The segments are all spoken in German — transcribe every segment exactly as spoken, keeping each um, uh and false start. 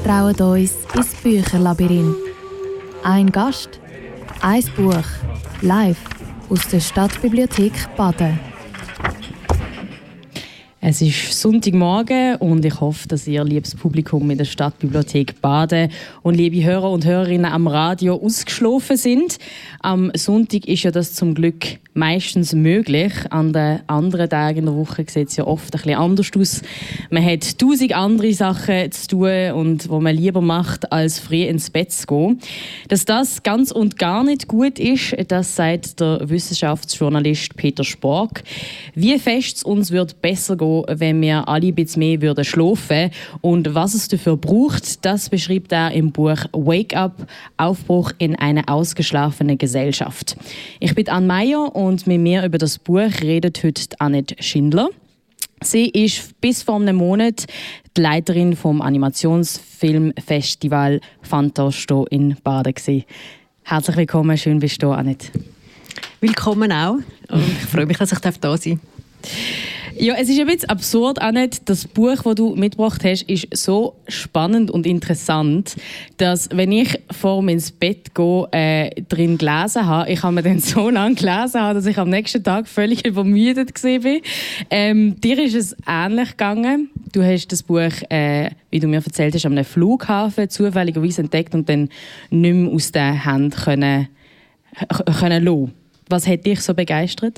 trauen uns ins Bücherlabyrinth. Ein Gast, ein Buch, live aus der Stadtbibliothek Baden. Es ist Sonntagmorgen und ich hoffe, dass ihr, liebes Publikum in der Stadtbibliothek Baden und liebe Hörer und Hörerinnen am Radio ausgeschlafen sind. Am Sonntag ist ja das zum Glück meistens möglich. An den anderen Tagen in der Woche sieht es ja oft ein bisschen anders aus. Man hat tausend andere Sachen zu tun und wo man lieber macht, als früh ins Bett zu gehen. Dass das ganz und gar nicht gut ist, das sagt der Wissenschaftsjournalist Peter Spork. Wie fest es uns wird besser gehen, wenn wir alle ein bisschen mehr würden schlafen. Und was es dafür braucht, das beschreibt er im Buch Wake Up – Aufbruch in eine ausgeschlafene Gesellschaft. Ich bin Anne Meyer und mit mir über das Buch redet heute Annette Schindler. Sie ist bis vor einem Monat die Leiterin vom Animationsfilmfestival Fantasto in Baden gewesen. Herzlich willkommen, schön bist du, Annette. Willkommen auch und ich freue mich, dass ich da sein darf. Ja, es ist ein bisschen absurd, Annette. Das Buch, das du mitgebracht hast, ist so spannend und interessant, dass, wenn ich vor mir ins Bett gehe, äh, drin gelesen habe, ich habe mir dann so lange gelesen, habe, dass ich am nächsten Tag völlig übermüdet war. Ähm, dir ist es ähnlich gegangen. Du hast das Buch, äh, wie du mir erzählt hast, an einem Flughafen zufälligerweise entdeckt und dann nicht mehr aus den Händen können, können lassen. Was hat dich so begeistert?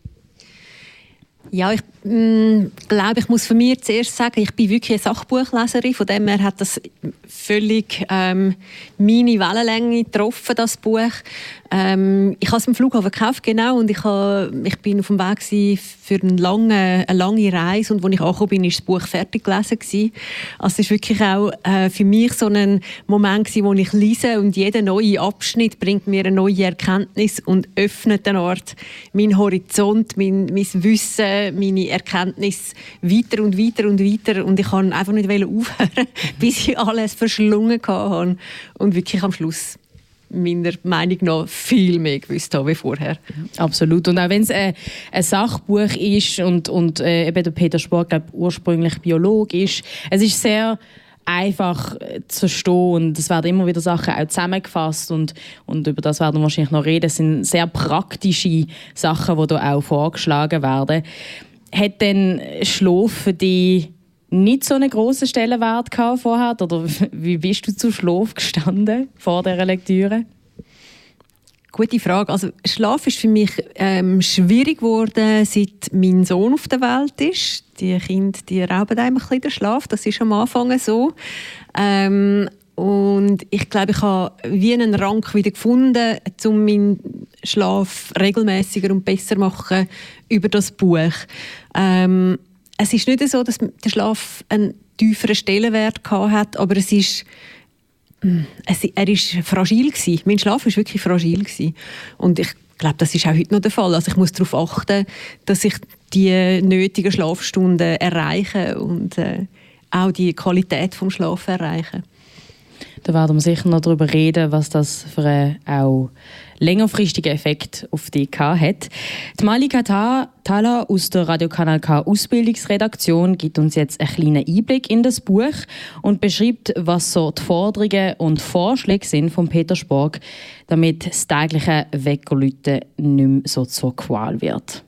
Ja, ich mm, glaube, ich muss von mir zuerst sagen, ich bin wirklich eine Sachbuchleserin. Von dem her hat das völlig ähm, meine Wellenlänge getroffen, das Buch. Ähm, ich habe es im Flughafen gekauft, genau, und ich, habe, ich bin auf dem Weg für eine lange, eine lange Reise und als ich angekommen bin, war das Buch fertig gelesen gewesen. Also es war wirklich auch äh, für mich so ein Moment gewesen, wo ich lese und jeder neue Abschnitt bringt mir eine neue Erkenntnis und öffnet eine Art meinen Horizont, mein, mein Wissen, meine Erkenntnis weiter und weiter und weiter und ich konnte einfach nicht aufhören, bis ich alles verschlungen hatte und wirklich am Schluss meiner Meinung nach viel mehr gewusst habe wie vorher. Absolut. Und auch wenn es äh, ein Sachbuch ist und, und äh, eben der Peter Spork glaub, ursprünglich Biologe ist, es ist sehr einfach zu verstehen und es werden immer wieder Sachen auch zusammengefasst und, und über das werden wir wahrscheinlich noch reden. Es sind sehr praktische Sachen, die da auch vorgeschlagen werden. Hat denn Schlaf für dich nicht so einen grossen Stellenwert gehabt vorher? Oder wie bist du zu Schlaf gestanden vor dieser Lektüre? Gute Frage. Also Schlaf ist für mich ähm, schwierig geworden, seit mein Sohn auf der Welt ist. Die Kinder, die rauben einem ein bisschen den Schlaf. Das ist am Anfang so. Ähm, und ich glaube, ich habe wie einen Rang wieder gefunden, um meinen Schlaf regelmäßiger und besser zu machen über das Buch. Ähm, es ist nicht so, dass der Schlaf einen tieferen Stellenwert hatte, aber es ist Es, er war fragil. Mein Schlaf war wirklich fragil. Und ich glaube, das ist auch heute noch der Fall. Also ich muss darauf achten, dass ich die nötigen Schlafstunden erreiche und äh, auch die Qualität des Schlafs erreiche. Da werden wir sicher noch darüber reden, was das für einen auch längerfristigen Effekt auf dich hat. Die Malika Thala aus der Radio-Kanal K Ausbildungsredaktion gibt uns jetzt einen kleinen Einblick in das Buch und beschreibt, was so die Forderungen und Vorschläge sind von Peter Spork, damit das tägliche Weckerläuten nicht mehr so zur Qual wird.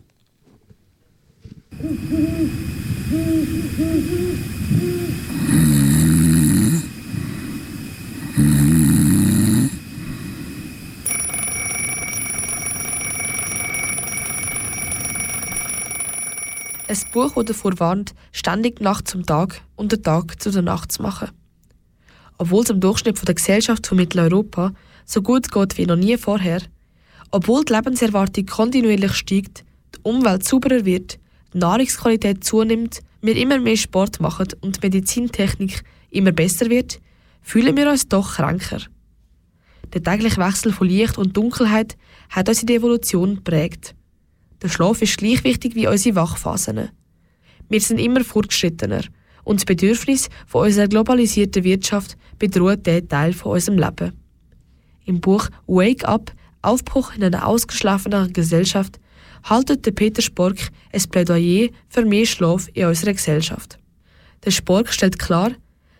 Ein Buch, das davor warnt, ständig Nacht zum Tag und den Tag zu der Nacht zu machen. Obwohl es im Durchschnitt der Gesellschaft von Mitteleuropa so gut geht wie noch nie vorher, obwohl die Lebenserwartung kontinuierlich steigt, die Umwelt sauberer wird, die Nahrungsqualität zunimmt, wir immer mehr Sport machen und die Medizintechnik immer besser wird, fühlen wir uns doch kränker. Der tägliche Wechsel von Licht und Dunkelheit hat uns in der Evolution geprägt. Der Schlaf ist gleich wichtig wie unsere Wachphasen. Wir sind immer fortgeschrittener und das Bedürfnis von unserer globalisierten Wirtschaft bedroht diesen Teil von unserem Leben. Im Buch Wake Up – Aufbruch in eine ausgeschlafene Gesellschaft haltet der Peter Spork ein Plädoyer für mehr Schlaf in unserer Gesellschaft. Der Spork stellt klar,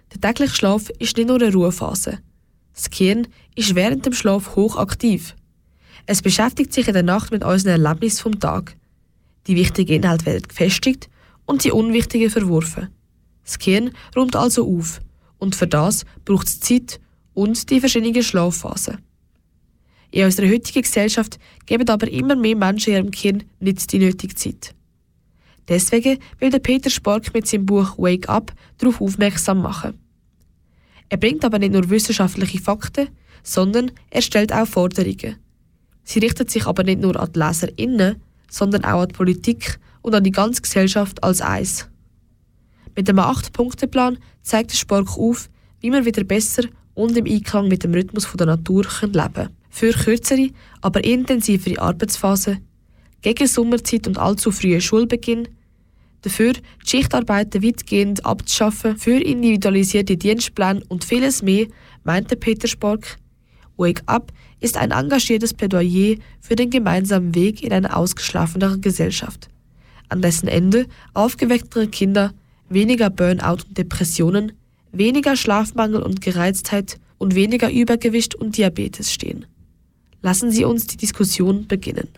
Der tägliche Schlaf ist nicht nur eine Ruhephase. Das Gehirn ist während dem Schlaf hochaktiv. Es beschäftigt sich in der Nacht mit unseren Erlebnissen vom Tag. Die wichtigen Inhalte werden gefestigt und die unwichtigen verworfen. Das Gehirn räumt also auf und für das braucht es Zeit und die verschiedenen Schlafphasen. In unserer heutigen Gesellschaft geben aber immer mehr Menschen ihrem Gehirn nicht die nötige Zeit. Deswegen will der Peter Spork mit seinem Buch «Wake Up» darauf aufmerksam machen. Er bringt aber nicht nur wissenschaftliche Fakten, sondern er stellt auch Forderungen. Sie richtet sich aber nicht nur an die LeserInnen, sondern auch an die Politik und an die ganze Gesellschaft als eins. Mit einem acht-Punkte-Plan zeigt der Spork auf, wie man wieder besser und im Einklang mit dem Rhythmus der Natur leben kann. Für kürzere, aber intensivere Arbeitsphasen, gegen Sommerzeit und allzu frühen Schulbeginn, dafür die Schichtarbeiten weitgehend abzuschaffen, für individualisierte Dienstpläne und vieles mehr, meinte Peter Spork. Wake Up ist ein engagiertes Plädoyer für den gemeinsamen Weg in eine ausgeschlafenere Gesellschaft, an dessen Ende aufgewecktere Kinder, weniger Burnout und Depressionen, weniger Schlafmangel und Gereiztheit und weniger Übergewicht und Diabetes stehen. Lassen Sie uns die Diskussion beginnen.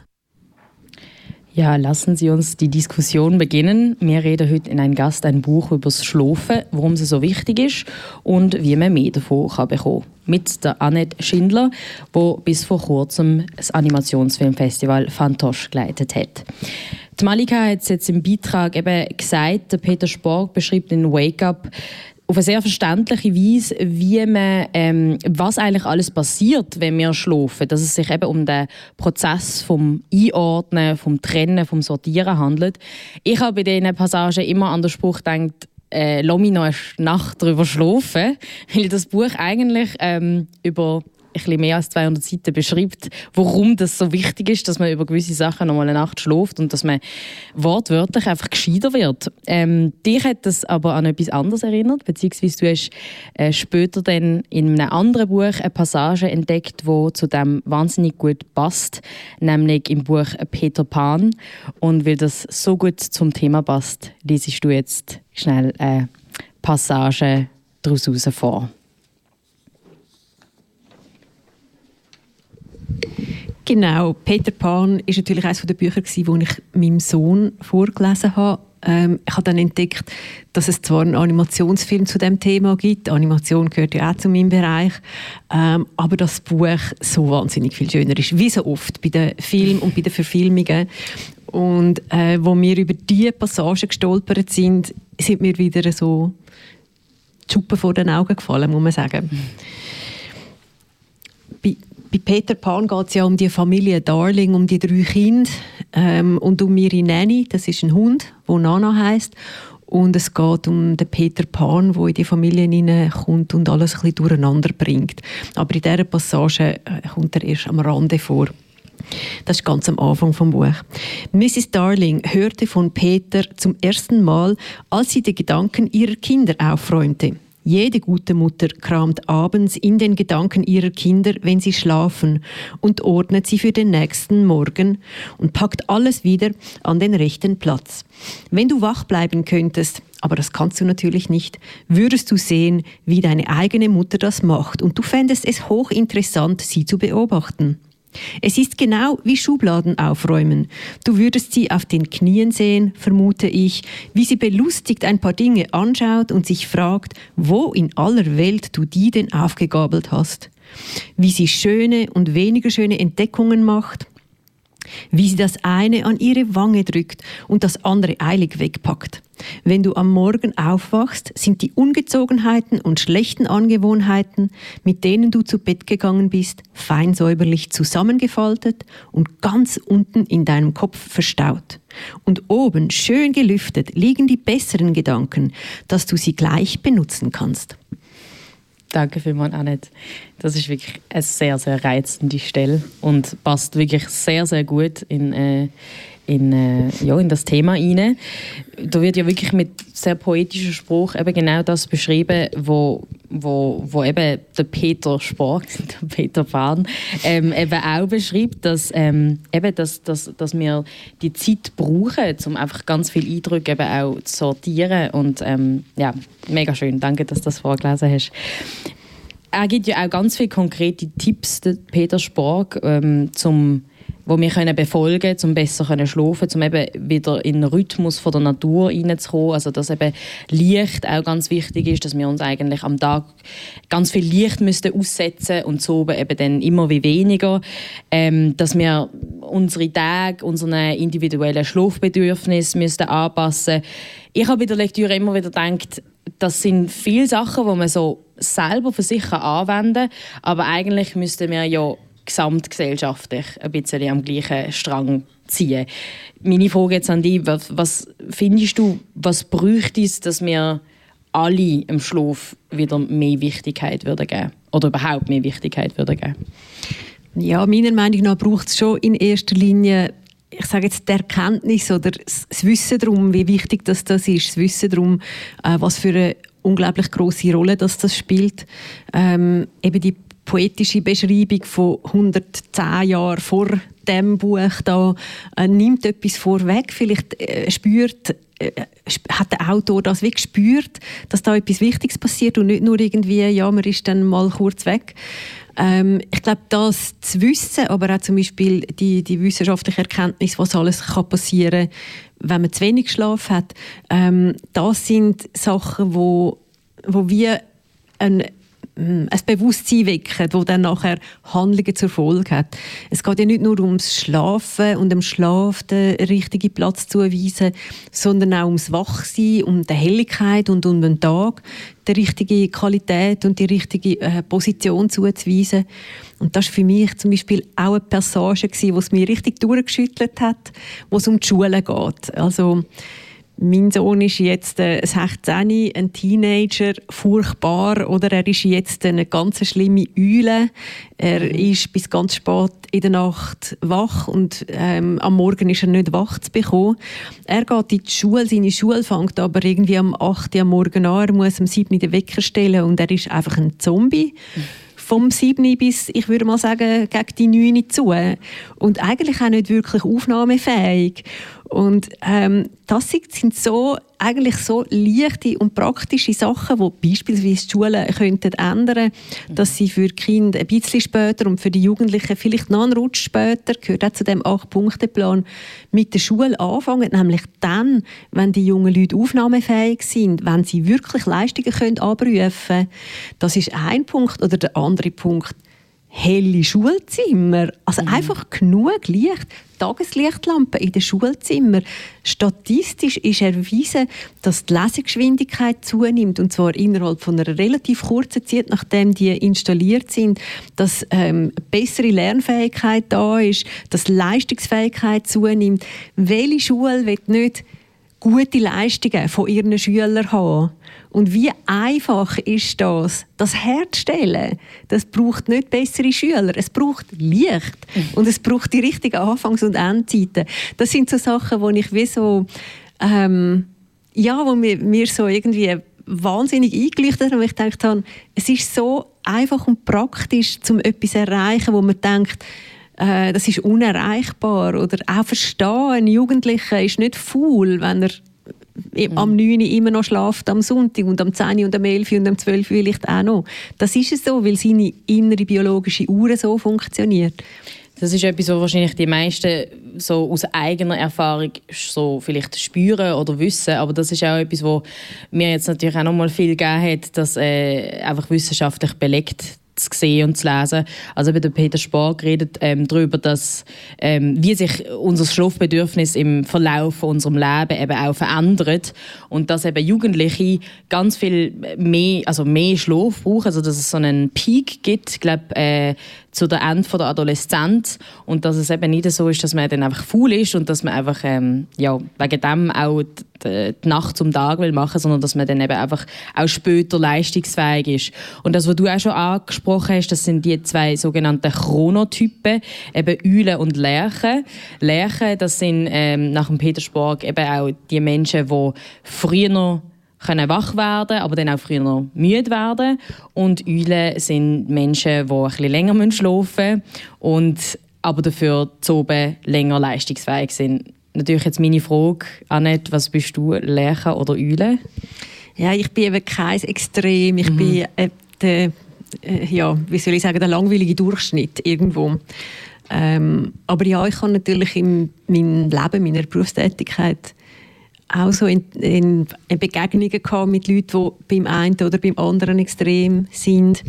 Ja, lassen Sie uns die Diskussion beginnen. Wir reden heute in einem Gast ein Buch über das Schlafen, warum es so wichtig ist und wie man mehr davon kann bekommen kann. Mit der Annette Schindler, die bis vor kurzem das Animationsfilmfestival Fantoche geleitet hat. Die Malika hat es jetzt im Beitrag eben gesagt, der Peter Spork beschreibt in «Wake Up» auf eine sehr verständliche Weise, wie man, ähm, was eigentlich alles passiert, wenn wir schlafen. Dass es sich eben um den Prozess vom Einordnen, vom Trennen, vom Sortieren handelt. Ich habe bei diesen Passagen immer an den Spruch gedacht, äh, lass mich noch eine Nacht darüber schlafen, weil das Buch eigentlich ähm, über ein bisschen mehr als zweihundert Seiten beschreibt, warum das so wichtig ist, dass man über gewisse Sachen noch mal eine Nacht schläft und dass man wortwörtlich einfach gescheiter wird. Ähm, dich hat das aber an etwas anderes erinnert, beziehungsweise du hast äh, später dann in einem anderen Buch eine Passage entdeckt, die zu dem wahnsinnig gut passt, nämlich im Buch Peter Pan. Und weil das so gut zum Thema passt, liest du jetzt schnell eine Passage daraus vor. Genau, Peter Pan war natürlich eines der Bücher, die ich meinem Sohn vorgelesen habe. Ähm, ich habe dann entdeckt, dass es zwar einen Animationsfilm zu dem Thema gibt, Animation gehört ja auch zu meinem Bereich, ähm, aber das Buch so wahnsinnig viel schöner ist, wie so oft bei den Filmen und bei den Verfilmungen. Und äh, wo wir über diese Passagen gestolpert sind, sind mir wieder so die Schuppen vor den Augen gefallen, muss man sagen. Bei Bei Peter Pan geht es ja um die Familie Darling, um die drei Kinder ähm, und um ihre Nanny, das ist ein Hund, der Nana heisst. Und es geht um den Peter Pan, der in die Familie hineinkommt und alles ein bisschen durcheinander bringt. Aber in dieser Passage äh, kommt er erst am Rande vor. Das ist ganz am Anfang vom Buch. Misses Darling hörte von Peter zum ersten Mal, als sie die Gedanken ihrer Kinder aufräumte. Jede gute Mutter kramt abends in den Gedanken ihrer Kinder, wenn sie schlafen, und ordnet sie für den nächsten Morgen und packt alles wieder an den rechten Platz. Wenn du wach bleiben könntest, aber das kannst du natürlich nicht, würdest du sehen, wie deine eigene Mutter das macht, und du fändest es hochinteressant, sie zu beobachten. Es ist genau wie Schubladen aufräumen. Du würdest sie auf den Knien sehen, vermute ich, wie sie belustigt ein paar Dinge anschaut und sich fragt, wo in aller Welt du die denn aufgegabelt hast. Wie sie schöne und weniger schöne Entdeckungen macht. Wie sie das eine an ihre Wange drückt und das andere eilig wegpackt. Wenn du am Morgen aufwachst, sind die Ungezogenheiten und schlechten Angewohnheiten, mit denen du zu Bett gegangen bist, fein säuberlich zusammengefaltet und ganz unten in deinem Kopf verstaut. Und oben, schön gelüftet, liegen die besseren Gedanken, dass du sie gleich benutzen kannst. Danke vielmals, Annette. Das ist wirklich eine sehr, sehr reizende Stelle und passt wirklich sehr, sehr gut in, äh, in, äh, ja, in das Thema hinein. Da wird ja wirklich mit sehr poetischem Spruch eben genau das beschrieben, wo, wo, wo eben der Peter Spork, der Peter Pan, ähm, eben auch beschreibt, dass, ähm, eben, dass, dass, dass wir die Zeit brauchen, um einfach ganz viele Eindrücke eben auch zu sortieren. Und ähm, ja, mega schön. Danke, dass du das vorgelesen hast. Er gibt ja auch ganz viele konkrete Tipps, der Peter Spork, ähm, zum wo wir können befolgen können, um besser zu schlafen, um eben wieder in den Rhythmus von der Natur reinzukommen. Also dass eben Licht auch ganz wichtig ist, dass wir uns eigentlich am Tag ganz viel Licht müssten aussetzen und so eben dann immer wie weniger. Ähm, dass wir unsere Tage, unsere individuellen Schlafbedürfnisse müssten anpassen. Ich habe bei der Lektüre immer wieder gedacht, das sind viele Sachen, die man so selber für sich anwenden kann, aber eigentlich müssten wir ja gesamtgesellschaftlich ein bisschen am gleichen Strang ziehen. Meine Frage jetzt an dich, was, was findest du, was bräuchte es, dass wir alle im Schlaf wieder mehr Wichtigkeit würden geben oder überhaupt mehr Wichtigkeit würden geben? Ja, meiner Meinung nach braucht es schon in erster Linie, ich sage jetzt, die Erkenntnis oder das Wissen darum, wie wichtig das, das ist, das Wissen darum, äh, was für eine unglaublich grosse Rolle das, das spielt. Ähm, eben die poetische Beschreibung von hundertzehn Jahren vor dem Buch da, äh, nimmt etwas vorweg. Vielleicht äh, spürt, äh, hat der Autor das wie gespürt, dass da etwas Wichtiges passiert und nicht nur irgendwie, ja, man ist dann mal kurz weg. Ähm, ich glaube, das zu wissen, aber auch zum Beispiel die, die wissenschaftliche Erkenntnis, was alles kann passieren kann, wenn man zu wenig Schlaf hat, ähm, das sind Sachen, wo, wo wir ein ein Bewusstsein wecken, das dann nachher Handlungen zur Folge hat. Es geht ja nicht nur ums Schlafen und dem Schlaf den richtigen Platz zuweisen, sondern auch ums Wachsein, um die Helligkeit und um den Tag die richtige Qualität und die richtige äh, Position zuzuweisen. Und das war für mich zum Beispiel auch eine Passage, die es mir richtig durchgeschüttelt hat, wo es um die Schule geht. Also mein Sohn ist jetzt äh, sechzehn, ein Teenager, furchtbar, oder er ist jetzt eine ganz schlimme Eule. Er ist bis ganz spät in der Nacht wach und ähm, am Morgen ist er nicht wach zu bekommen. Er geht in die Schule, seine Schule fängt aber irgendwie am acht Uhr am Morgen an, er muss am sieben Uhr den Wecker stellen und er ist einfach ein Zombie. Vom sieben bis, ich würde mal sagen, gegen die neun zu. Und eigentlich auch nicht wirklich aufnahmefähig. Und ähm, das sind so, eigentlich so leichte und praktische Sachen, die beispielsweise die Schulen könnten ändern, dass sie für die Kinder ein bisschen später und für die Jugendlichen vielleicht noch einen Rutsch später, gehört auch zu dem acht-Punkte-Plan, mit der Schule anfangen, nämlich dann, wenn die jungen Leute aufnahmefähig sind, wenn sie wirklich Leistungen können abrufen können. Das ist ein Punkt. Oder der andere Punkt, helle Schulzimmer. Also mhm. einfach genug Licht, Tageslichtlampen in den Schulzimmern. Statistisch ist erwiesen, dass die Lesegeschwindigkeit zunimmt, und zwar innerhalb von einer relativ kurzen Zeit, nachdem die installiert sind, dass ähm, bessere Lernfähigkeit da ist, dass die Leistungsfähigkeit zunimmt. Welche Schule will nicht gute Leistungen von ihren Schülern haben? Und wie einfach ist das, das herzustellen? Das braucht nicht bessere Schüler, es braucht Licht. Und es braucht die richtigen Anfangs- und Endzeiten. Das sind so Sachen, wo ich wie so, ähm, ja, wo mir, mir so irgendwie wahnsinnig eingeleuchtet haben, und ich gedacht habe, es ist so einfach und praktisch, um etwas zu erreichen, wo man denkt, äh, das ist unerreichbar. Oder auch verstehen, ein Jugendlicher ist nicht faul, wenn er Mhm. am neun Uhr immer noch schlaft, am Sonntag, und am zehn Uhr und am elf Uhr und am zwölf Uhr vielleicht auch noch. Das ist es so, weil seine innere biologische Uhr so funktioniert. Das ist etwas, was wahrscheinlich die meisten so aus eigener Erfahrung so vielleicht spüren oder wissen. Aber das ist auch etwas, was mir jetzt natürlich auch noch mal viel gegeben hat, dass äh, einfach wissenschaftlich belegt zu sehen und zu lesen. Also der Peter Spork redet ähm, darüber, dass ähm, wie sich unser Schlafbedürfnis im Verlauf von unserem Leben eben auch verändert und dass eben Jugendliche ganz viel mehr, also mehr Schlaf brauchen, also dass es so einen Peak gibt. Ich glaube, äh, zu der Ende der Adoleszenz und dass es eben nicht so ist, dass man dann einfach faul ist und dass man einfach ähm, ja, wegen dem auch die, die Nacht zum Tag will machen, sondern dass man dann eben einfach auch später leistungsfähig ist. Und das, was du auch schon angesprochen hast, das sind die zwei sogenannten Chronotypen, eben Eulen und Lerchen. Lerchen, das sind ähm, nach dem Peter Spork eben auch die Menschen, die früher noch können wach werden, aber dann auch früher noch müde werden. Und Eulen sind Menschen, die ein bisschen länger schlafen müssen und aber dafür zu oben länger leistungsfähig sind. Natürlich jetzt meine Frage, Annette, was bist du, Lerche oder Eule? Ja, ich bin eben kein Extrem. Ich mhm. bin äh, der, äh, ja, wie soll ich sagen, der langweilige Durchschnitt irgendwo. Ähm, aber ja, ich habe natürlich in meinem Leben, meiner Berufstätigkeit auch so in, in, in Begegnungen gehabt mit Leuten, die beim einen oder beim anderen extrem sind.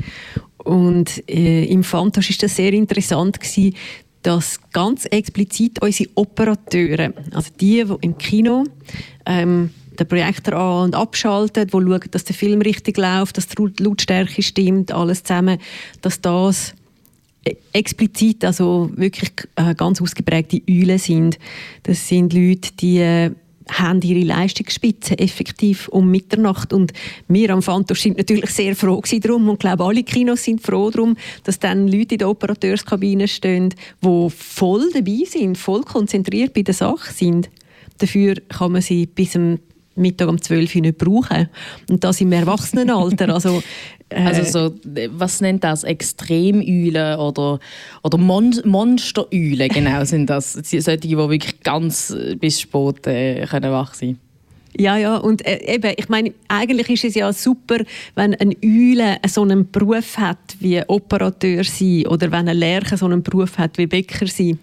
Und äh, im Fantasch war das sehr interessant gewesen, dass ganz explizit unsere Operateure, also die, die im Kino ähm, den Projektor an- und abschalten, die schauen, dass der Film richtig läuft, dass die Lautstärke stimmt, alles zusammen, dass das explizit, also wirklich äh, ganz ausgeprägte Eulen sind. Das sind Leute, die äh, haben ihre Leistungsspitze effektiv um Mitternacht. Und wir am Fantosch sind natürlich sehr froh darum und ich glaube, alle Kinos sind froh darum, dass dann Leute in der Operateurskabine stehen, die voll dabei sind, voll konzentriert bei der Sache sind. Dafür kann man sie bis zum Mittag um zwölf Uhr nicht brauchen. Und das im Erwachsenenalter. Also, äh, also so, was nennt das? Extremeulen oder, oder Mon- Monstereulen, genau, sind das. Solche, die wirklich ganz bis spät äh, können wach sein können. Ja, ja, und äh, eben, ich meine, eigentlich ist es ja super, wenn eine Eule so einen Beruf hat wie Operateur sein oder wenn ein Lerche so einen Beruf hat wie Bäcker sein.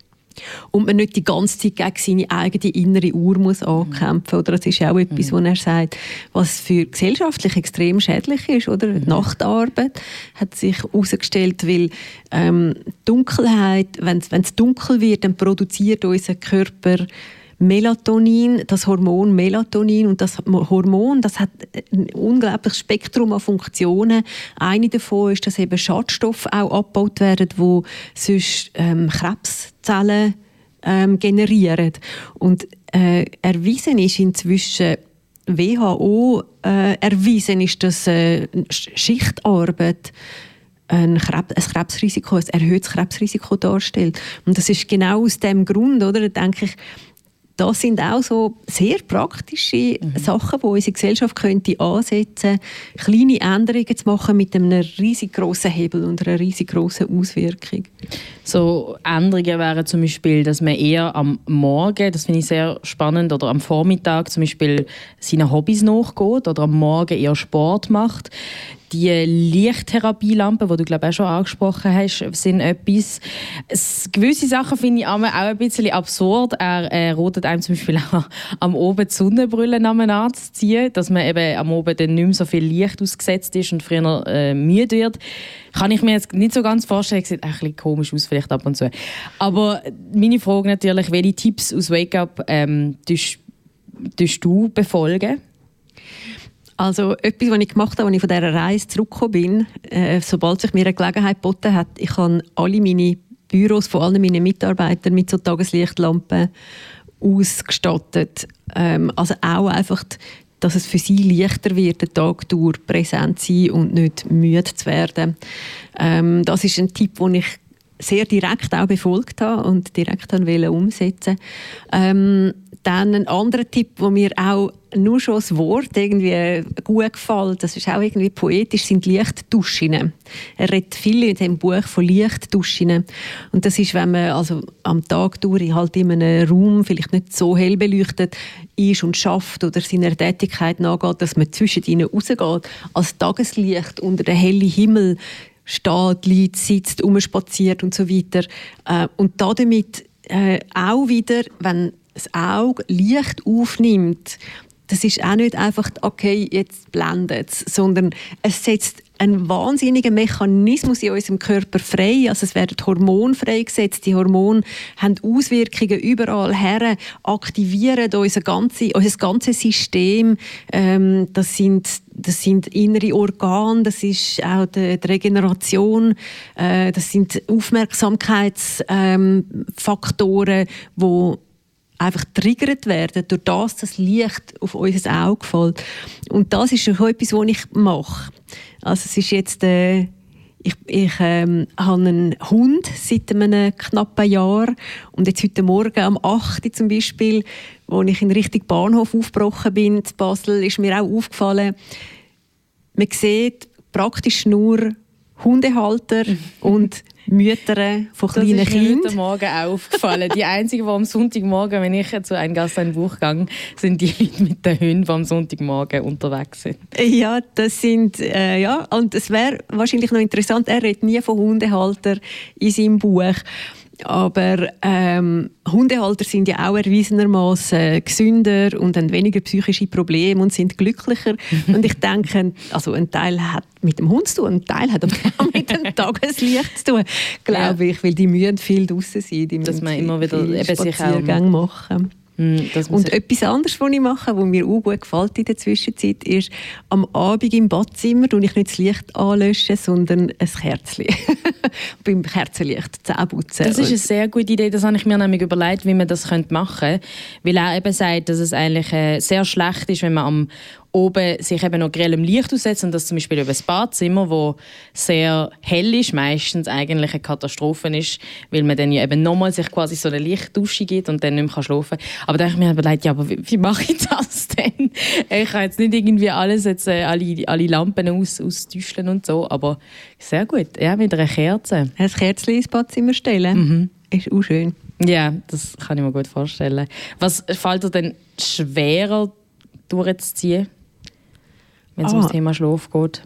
Und man nicht die ganze Zeit gegen seine eigene innere Uhr muss ankämpfen. Oder das ist ja auch etwas, mhm. was er sagt, was für gesellschaftlich extrem schädlich ist. Oder? Mhm. Die Nachtarbeit hat sich herausgestellt, weil ähm, Dunkelheit, wenn es dunkel wird, dann produziert unser Körper Melatonin, das Hormon Melatonin. Und das Hormon, das hat ein unglaubliches Spektrum an Funktionen. Eine davon ist, dass eben Schadstoffe auch abgebaut werden, die sonst ähm, Krebszellen ähm, generieren. Und äh, erwiesen ist inzwischen, W H O äh, erwiesen ist, dass äh, Schichtarbeit ein, Krebs, ein Krebsrisiko, ein erhöhtes Krebsrisiko darstellt. Und das ist genau aus dem Grund, oder? Da denke ich, das sind auch so sehr praktische mhm. Sachen, die unsere Gesellschaft könnte ansetzen könnte, kleine Änderungen zu machen mit einem riesig grossen Hebel und einer riesig grossen Auswirkung. So Änderungen wären zum Beispiel, dass man eher am Morgen, das finde ich sehr spannend, oder am Vormittag zum Beispiel seinen Hobbys nachgeht oder am Morgen eher Sport macht. Die Lichttherapielampen, die du glaube auch schon angesprochen hast, sind etwas. Es, gewisse Sachen finde ich auch ein bisschen absurd. Er äh, rotet einem zum Beispiel auch am Oben die Sonnenbrille anzuziehen, dass man eben am Oben dann nicht mehr so viel Licht ausgesetzt ist und früher äh, müde wird. Kann ich mir jetzt nicht so ganz vorstellen. Sieht ein bisschen komisch aus vielleicht ab und zu. Aber meine Frage natürlich, welche Tipps aus Wake Up ähm, tust, tust du befolgen? Also etwas, was ich gemacht habe, als ich von dieser Reise zurückgekommen bin, äh, sobald sich mir eine Gelegenheit geboten hat, ich habe alle meine Büros von allen meinen Mitarbeitern mit so Tageslichtlampen ausgestattet. Ähm, also auch einfach, dass es für sie leichter wird, den Tag durch präsent zu sein und nicht müde zu werden. Ähm, das ist ein Tipp, den ich sehr direkt auch befolgt habe und direkt wollte umsetzen. Ähm, dann ein anderer Tipp, der mir auch nur schon das Wort irgendwie gut gefällt, das ist auch irgendwie poetisch, sind Lichtduschen. Er redet viel in dem Buch von Lichtduschen. Und das ist, wenn man also am Tag durch halt in einem Raum vielleicht nicht so hell beleuchtet ist und schafft oder seiner Tätigkeit nachgeht, dass man zwischen ihnen rausgeht, als Tageslicht unter den hellen Himmel steht, liegt, sitzt, umspaziert und so weiter. Und damit äh, auch wieder, wenn das Auge Licht aufnimmt, das ist auch nicht einfach, okay, jetzt blendet es, sondern es setzt einen wahnsinnigen Mechanismus in unserem Körper frei. Also es werden Hormone freigesetzt. Die Hormone haben Auswirkungen überall her, aktivieren unser, ganze, unser ganzes System. Ähm, das, sind, das sind innere Organe, das ist auch die, die Regeneration, äh, das sind Aufmerksamkeitsfaktoren, ähm, die einfach triggert werden, durch das das Licht auf unser Auge fällt. Und das ist schon etwas, was ich mache. Also es ist jetzt, äh, ich, ich ähm, habe einen Hund seit einem knappen Jahr und jetzt heute Morgen um acht Uhr zum Beispiel, als ich in Richtung Bahnhof aufgebrochen bin, in Basel, ist mir auch aufgefallen, man sieht praktisch nur Hundehalter und Mütter von kleinen Kindern. Das ist mir heute Morgen auch aufgefallen. Die einzigen, die am Sonntagmorgen, wenn ich zu einem Gast ein Buch gehe, sind die Leute mit den Hunden, die am Sonntagmorgen unterwegs sind. Ja, das sind, äh, ja, und es wäre wahrscheinlich noch interessant, er redet nie von Hundehalter in seinem Buch. Aber ähm, Hundehalter sind ja auch erwiesenermaßen gesünder und haben weniger psychische Probleme und sind glücklicher. Und ich denke, also ein Teil hat mit dem Hund zu tun, ein Teil hat aber auch mit dem Tageslicht zu tun, glaube ja. ich, weil die müssen viel draussen sein, die dass müssen man immer wieder Spaziergänge machen. Und etwas anderes, was ich mache, was mir auch gut gefällt in der Zwischenzeit, ist, am Abend im Badzimmer lösche ich nicht das Licht anlöschen, sondern ein Kerzchen. Beim Kerzenlicht Zähne putzen. Das ist eine sehr gute Idee. Das habe ich mir nämlich überlegt, wie man das machen könnte. Weil er eben sagt, dass es eigentlich äh, sehr schlecht ist, wenn man am oben sich eben noch grellem Licht aussetzt und das zum Beispiel über das Badzimmer, wo sehr hell ist, meistens eigentlich eine Katastrophe ist, weil man dann ja eben nochmal sich quasi so eine Lichtdusche gibt und dann nicht mehr schlafen kann. Aber da habe ich mir überlegt, ja, aber wie, wie mache ich das denn? Ich kann jetzt nicht irgendwie alles, jetzt, äh, alle, alle Lampen aus, austäuschen und so, aber sehr gut, ja, mit einer Kerze. Ein Kerzchen ins Badzimmer stellen, mhm. ist auch schön. Ja, das kann ich mir gut vorstellen. Was fällt dir denn schwerer durchzuziehen, wenn es ah. ums Thema Schlaf geht?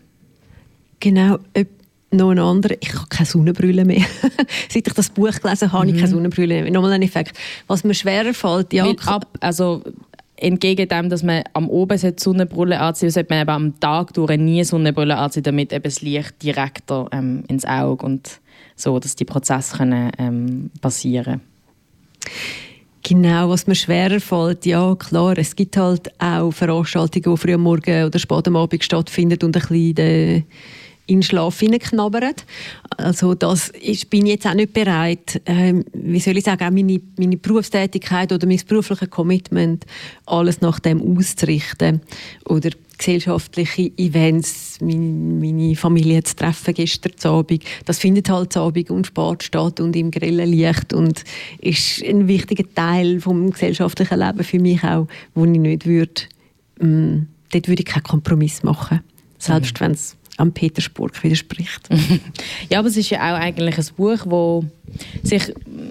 Genau, noch ein anderer. Ich habe keine Sonnenbrille mehr. Seit ich das Buch gelesen habe, mhm. habe ich keine Sonnenbrille mehr. Nochmal ein Effekt. Was mir schwerer fällt, ja... Ab, also entgegen dem, dass man am Oben Sonnenbrille anziehen sollte, man eben am Tag durch nie Sonnenbrille anziehen, damit eben das Licht direkter ähm, ins Auge und so, dass die Prozesse können, ähm, passieren können. Genau, was mir schwerer fällt, ja klar, es gibt halt auch Veranstaltungen, die früh am Morgen oder spät am Abend stattfinden und ein bisschen in den Schlaf hineinknabbern. Also das ist, bin ich jetzt auch nicht bereit, ähm, wie soll ich sagen, auch meine, meine Berufstätigkeit oder mein berufliches Commitment, alles nach dem auszurichten. Oder gesellschaftliche Events, meine, meine Familie zu treffen gestern Abend. Das findet halt Abend und spät statt und im grellen Licht und ist ein wichtiger Teil vom gesellschaftlichen Leben für mich auch, wo ich nicht würde, ähm, dort würde ich keinen Kompromiss machen. Selbst mhm. wenn es am Petersburg widerspricht. Ja, aber es ist ja auch eigentlich ein Buch, das sich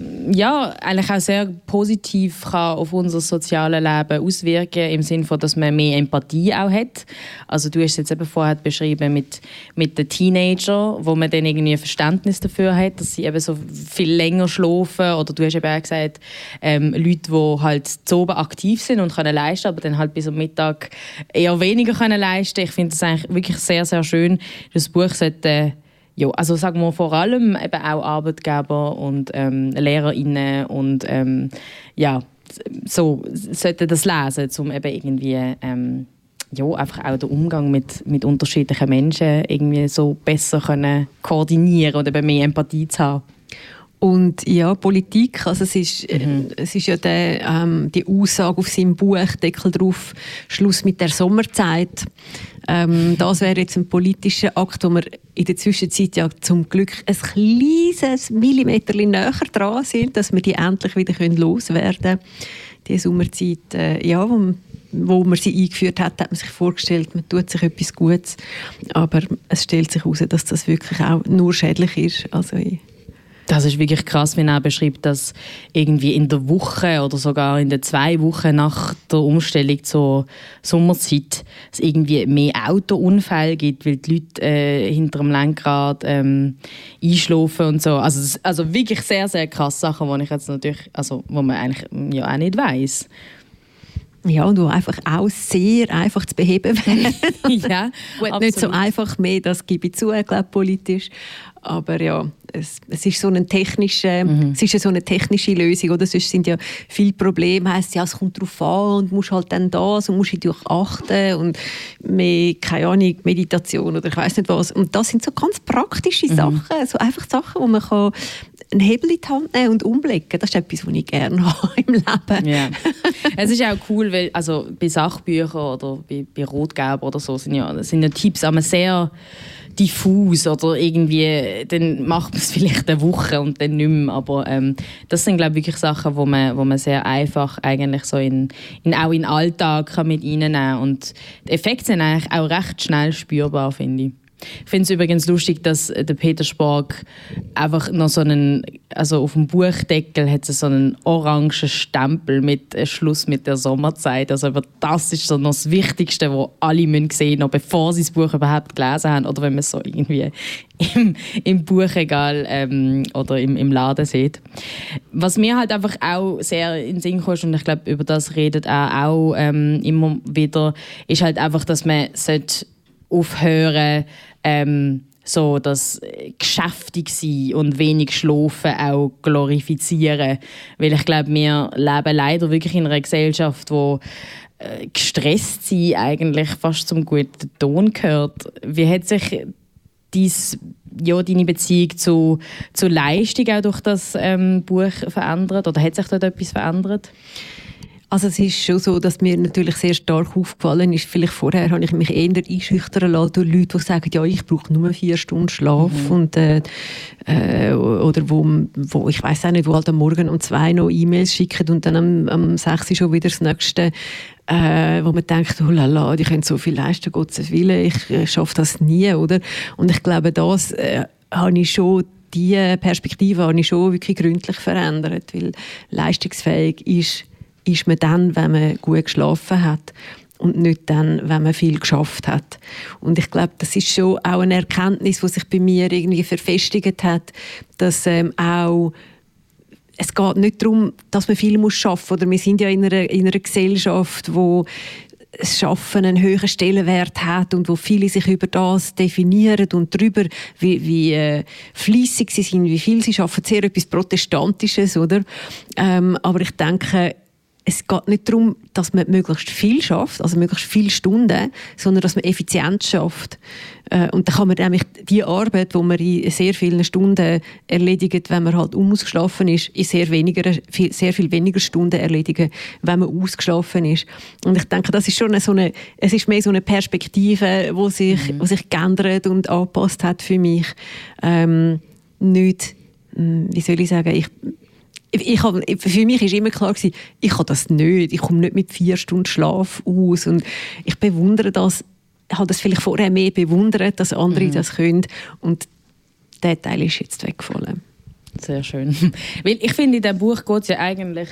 ja, eigentlich auch sehr positiv kann auf unser soziales Leben auswirken, im Sinne von, dass man mehr Empathie auch hat. Also du hast es jetzt eben vorher beschrieben mit, mit den Teenagern, wo man dann irgendwie ein Verständnis dafür hat, dass sie eben so viel länger schlafen. Oder du hast eben auch gesagt, ähm, Leute, die halt zu oben aktiv sind und können leisten, aber dann halt bis am Mittag eher weniger können leisten. Ich finde das eigentlich wirklich sehr, sehr schön. Das Buch sollte ja, also sagen wir vor allem eben auch Arbeitgeber und ähm, LehrerInnen und ähm, ja, so sollten das lesen, um eben irgendwie ähm, ja, einfach auch den Umgang mit, mit unterschiedlichen Menschen irgendwie so besser können koordinieren und eben mehr Empathie zu haben. Und ja, Politik, also es ist, mhm. es ist ja der, ähm, die Aussage auf seinem Buchdeckel drauf, Schluss mit der Sommerzeit. Ähm, das wäre jetzt ein politischer Akt, wo wir in der Zwischenzeit ja zum Glück ein kleines Millimeter näher dran sind, dass wir die endlich wieder loswerden können. Die Sommerzeit, äh, ja, wo, wo man sie eingeführt hat, hat man sich vorgestellt, man tut sich etwas Gutes. Aber es stellt sich heraus, dass das wirklich auch nur schädlich ist. Also, das ist wirklich krass, wenn er beschreibt, dass irgendwie in der Woche oder sogar in den zwei Wochen nach der Umstellung zur Sommerzeit es irgendwie mehr Autounfälle gibt, weil die Leute äh, hinter dem Lenkrad ähm, einschlafen und so. Also, also wirklich sehr, sehr krasse Sachen, die ich jetzt natürlich, also, wo man eigentlich ja auch nicht weiss. Ja, und die einfach auch sehr einfach zu beheben wären. Ja, gut, nicht so einfach mehr, das gebe ich zu, ich glaube, politisch. Aber ja, es, es ist so eine technische, mhm. es ist so eine technische Lösung, oder? Sonst sind ja viele Probleme, heisst ja, es kommt darauf an und musst halt dann das und musst dich achten und mehr, keine Ahnung, Meditation oder ich weiß nicht was. Und das sind so ganz praktische mhm. Sachen, so einfach Sachen, wo man kann einen Hebel in die Hand nehmen und umlegen. Das ist etwas, was ich gerne habe im Leben. Ja. Es ist auch cool, weil also bei Sachbüchern oder bei, bei Rotgeber oder so sind ja, sind ja Tipps aber sehr diffus oder irgendwie, dann macht man es vielleicht eine Woche und dann nicht mehr. Aber ähm, das sind, glaube ich, wirklich Sachen, wo man, wo man sehr einfach eigentlich so in, in, auch in den Alltag kann mit reinnehmen kann. Und die Effekte sind eigentlich auch recht schnell spürbar, finde ich. Ich finde es übrigens lustig, dass der Peter Spark einfach noch so einen, also auf dem Buchdeckel hat es so einen orangen Stempel mit Schluss mit der Sommerzeit. Also das ist so noch das Wichtigste, was alle müssen sehen, noch bevor sie das Buch überhaupt gelesen haben oder wenn man es so irgendwie im, im Buchregal ähm, oder im, im Laden sieht. Was mir halt einfach auch sehr in den Sinn kommt, und ich glaube, über das redet er auch ähm, immer wieder, ist halt einfach, dass man sollte aufhören, ähm, so das geschäftig sein und wenig schlafen auch glorifizieren. Weil ich glaube, wir leben leider wirklich in einer Gesellschaft, wo äh, gestresst sein eigentlich fast zum guten Ton gehört. Wie hat sich dies, ja, deine Beziehung zu, zu Leistung auch durch das ähm, Buch verändert? Oder hat sich dort etwas verändert? Also es ist schon so, dass mir natürlich sehr stark aufgefallen ist. Vielleicht vorher habe ich mich eher einschüchtern lassen durch Leute, die sagen, ja, ich brauche nur vier Stunden Schlaf. Mhm. Und, äh, äh, oder wo, wo ich weiss auch nicht, wo halt am Morgen um zwei noch E-Mails schicken und dann am, am sechs schon wieder das Nächste. Äh, wo man denkt, oh lala, die können so viel leisten, Gottes Willen, ich äh, schaffe das nie, oder? Und ich glaube, das äh, habe ich schon, diese Perspektive habe ich schon wirklich gründlich verändert, weil leistungsfähig ist ist man dann, wenn man gut geschlafen hat und nicht dann, wenn man viel geschafft hat. Und ich glaube, das ist schon auch eine Erkenntnis, die sich bei mir irgendwie verfestigt hat, dass ähm, auch es geht nicht darum, dass man viel muss schaffen, oder wir sind ja in einer, in einer Gesellschaft, wo das Schaffen einen höheren Stellenwert hat und wo viele sich über das definieren und darüber, wie, wie äh, fleissig sie sind, wie viel sie schaffen, sehr etwas Protestantisches, oder? Ähm, aber ich denke, es geht nicht darum, dass man möglichst viel schafft, also möglichst viele Stunden, sondern dass man effizient schafft. Und dann kann man nämlich die Arbeit, die man in sehr vielen Stunden erledigt, wenn man halt unausgeschlafen ist, in sehr, weniger, sehr viel weniger Stunden erledigen, wenn man ausgeschlafen ist. Und ich denke, das ist schon eine, so eine, es ist mehr so eine Perspektive, die sich, mhm. sich geändert und angepasst hat für mich. Ähm, nicht, wie soll ich sagen, ich Ich hab, für mich war immer klar, ich kann das nicht. Ich komme nicht mit vier Stunden Schlaf aus. Und ich bewundere das, ich habe das vielleicht vorher mehr bewundert, dass andere mhm. das können. Und dieser Teil ist jetzt weggefallen. Sehr schön. Weil ich finde, in diesem Buch geht es ja eigentlich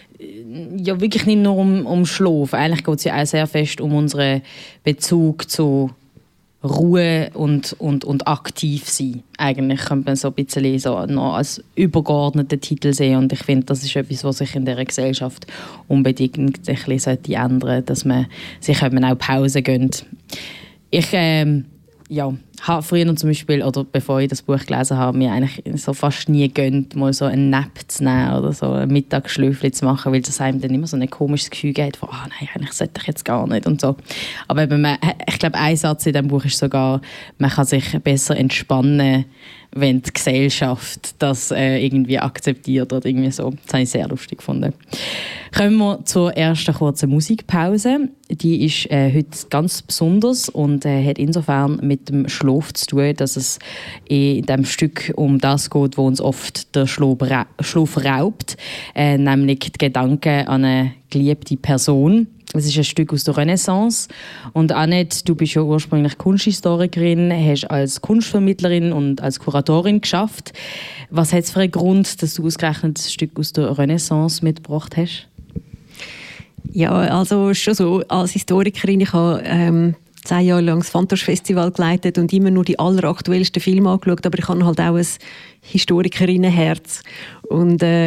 ja wirklich nicht nur um, um Schlaf. Eigentlich geht es ja auch sehr fest um unseren Bezug zu Ruhe und, und, und aktiv sein. Eigentlich könnte man so ein bisschen so noch als übergeordneten Titel sehen. Und ich finde, das ist etwas, was sich in dieser Gesellschaft unbedingt ein bisschen sollte ändern, dass man sich eben auch Pause gönnt. Ich ähm, ja, habe früher zum Beispiel, oder bevor ich das Buch gelesen habe, mir eigentlich so fast nie gönnt, mal so einen Nap zu nehmen oder so ein Mittagsschläfchen zu machen, weil das einem dann immer so ein komisches Gefühl gibt von, ah nein, eigentlich sollte ich jetzt gar nicht und so. Aber eben, man, ich glaube, ein Satz in diesem Buch ist sogar, man kann sich besser entspannen, wenn die Gesellschaft das äh, irgendwie akzeptiert oder irgendwie so. Das habe ich sehr lustig gefunden. Kommen wir zur ersten kurzen Musikpause. Die ist äh, heute ganz besonders und äh, hat insofern mit dem Schlaf zu tun, dass es in diesem Stück um das geht, wo uns oft der Schlaf, ra- Schlaf raubt, äh, nämlich die Gedanken an eine geliebte Person. Es ist ein Stück aus der Renaissance. Und Annette, du bist ja ursprünglich Kunsthistorikerin, hast als Kunstvermittlerin und als Kuratorin geschafft. Was hat es für einen Grund, dass du ausgerechnet ein Stück aus der Renaissance mitgebracht hast? Ja, also schon so, als Historikerin, ich habe ähm, zehn Jahre lang das Fantosch-Festival geleitet und immer nur die alleraktuellsten Filme angeschaut, aber ich habe halt auch ein Historikerinnenherz. Und äh,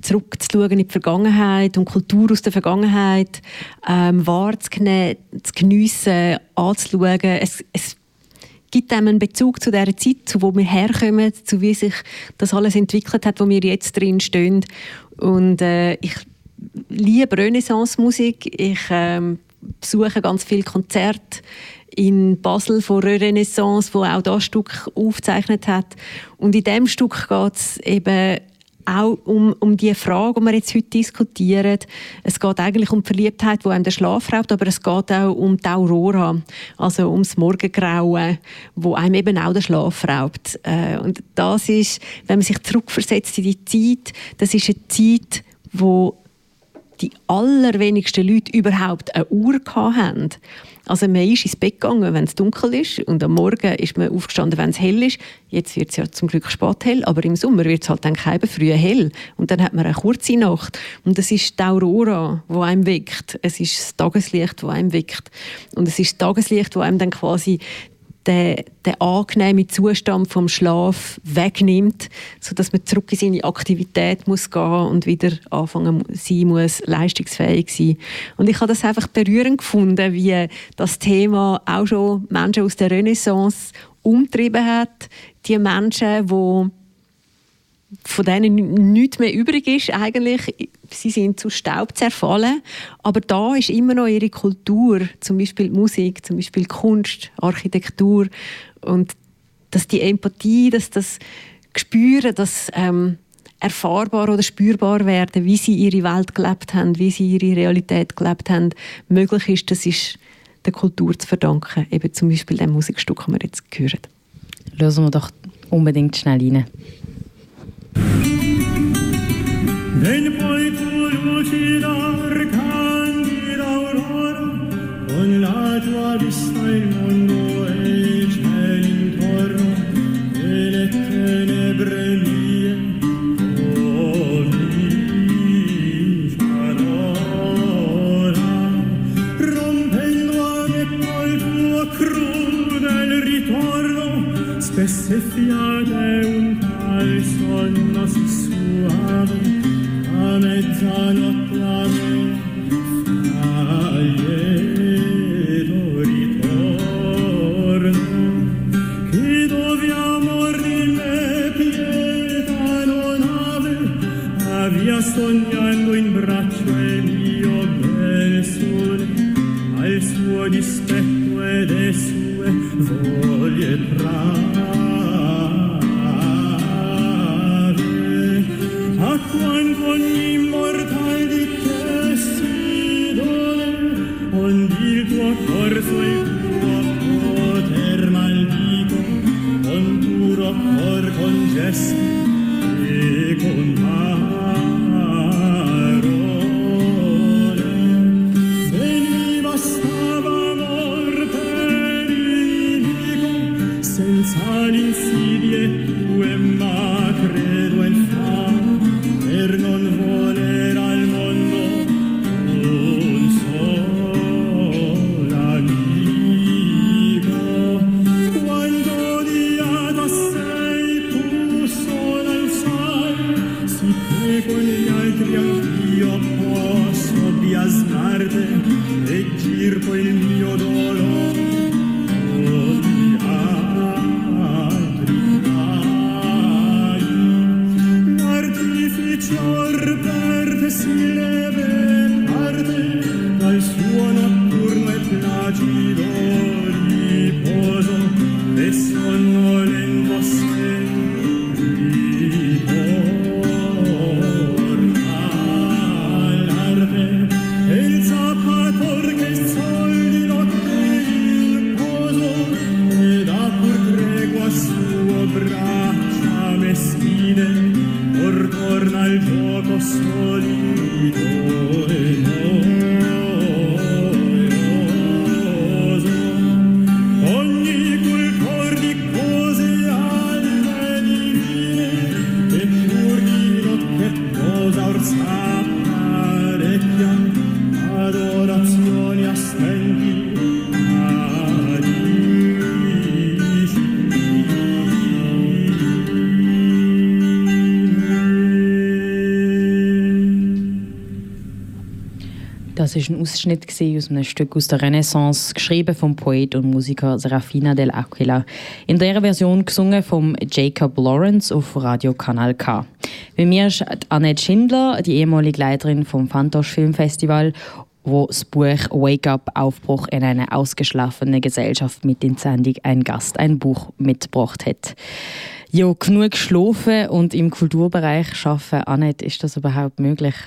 zurückzuschauen in die Vergangenheit und Kultur aus der Vergangenheit ähm, wahrzunehmen, zu geniessen, anzuschauen. Es, es gibt einem einen Bezug zu der Zeit, zu wo wir herkommen, zu wie sich das alles entwickelt hat, wo wir jetzt drin stehen. Und äh, ich liebe Renaissance-Musik. Ich ähm, besuche ganz viele Konzerte in Basel von Renaissance, wo auch das Stück aufgezeichnet hat. Und in diesem Stück geht es eben auch um, um die Frage, die wir jetzt heute diskutieren. Es geht eigentlich um die Verliebtheit, die einem den Schlaf raubt, aber es geht auch um die Aurora, also um das Morgengrauen, wo einem eben auch den Schlaf raubt. Äh, und das ist, wenn man sich zurückversetzt in die Zeit, das ist eine Zeit, wo die allerwenigsten Leute überhaupt eine Uhr hatten. Also man ist ins Bett gegangen, wenn es dunkel ist, und am Morgen ist man aufgestanden, wenn es hell ist. Jetzt wird es ja zum Glück spät hell, aber im Sommer wird es halt dann eben früh hell. Und dann hat man eine kurze Nacht. Und das ist die Aurora, die einem weckt. Es ist das Tageslicht, das einem weckt. Und es ist das Tageslicht, das einem dann quasi den, den angenehmen Zustand vom Schlaf wegnimmt, sodass man zurück in seine Aktivität muss gehen und wieder anfangen sein muss, leistungsfähig sein. Und ich habe das einfach berührend gefunden, wie das Thema auch schon Menschen aus der Renaissance umtrieben hat. Die Menschen, die von denen nichts mehr übrig ist eigentlich. Sie sind zu Staub zerfallen, aber da ist immer noch ihre Kultur, zum Beispiel Musik, zum Beispiel Kunst, Architektur, und dass die Empathie, dass das Gespüren, das ähm, erfahrbar oder spürbar werden, wie sie ihre Welt gelebt haben, wie sie ihre Realität gelebt haben, möglich ist, das ist der Kultur zu verdanken, eben zum Beispiel dem Musikstück, das wir jetzt hören. Hören wir doch unbedingt schnell rein. Ven poi tu lucidar candida aurora, con la tua vista il mondo e il cielo intorno, e le tenebre mie, oh ora, rompendo a me poi tuo crudel ritorno, spesse fiate un tal sonno si suave, a mezzanotte a me fa lieto ritorno, che dove amor di me pietà non ave, avvia sognando in braccio il mio bel sole, al suo dispetto ed le sue voglie brave. A quanto ogni mortal di te si dole, onde il tuo corso e il tuo poter maldico, con duro cor, con gesti e con parole. Ben mi bastava amor per inimico, senza l'insidie tue, ma credo il fa, per non voler al mondo un solo amico. Quando odiata sei tu sola il sai, sì che con gli altri anch'io posso biasmarti e gir poi il mio dolore con gli altri guai. L'artificior perde si leve parte dal suo notturno e placido riposo, e sonnolento se ritorna all'arte, e il zappator che il sol di notte imposo e dà pur tregua suo braccia meschine, or torna al gioco solido e noioso. Ogni cultor di cose alte e divine, e pur di notte cosa or s'apparecchia, adorazioni a stenti Das war ein Ausschnitt aus einem Stück aus der Renaissance, geschrieben vom Poet und Musiker Serafina del Aquila. In dieser Version gesungen von Jacob Lawrence auf Radio Kanal K. Bei mir ist Annette Schindler, die ehemalige Leiterin vom Fantoche Filmfestival, wo das Buch Wake Up, Aufbruch in eine ausgeschlafene Gesellschaft mit in die Sendung «Ein Gast, ein Buch» mitgebracht hat. Ja, genug geschlafen und im Kulturbereich arbeiten. Annette, ist das überhaupt möglich?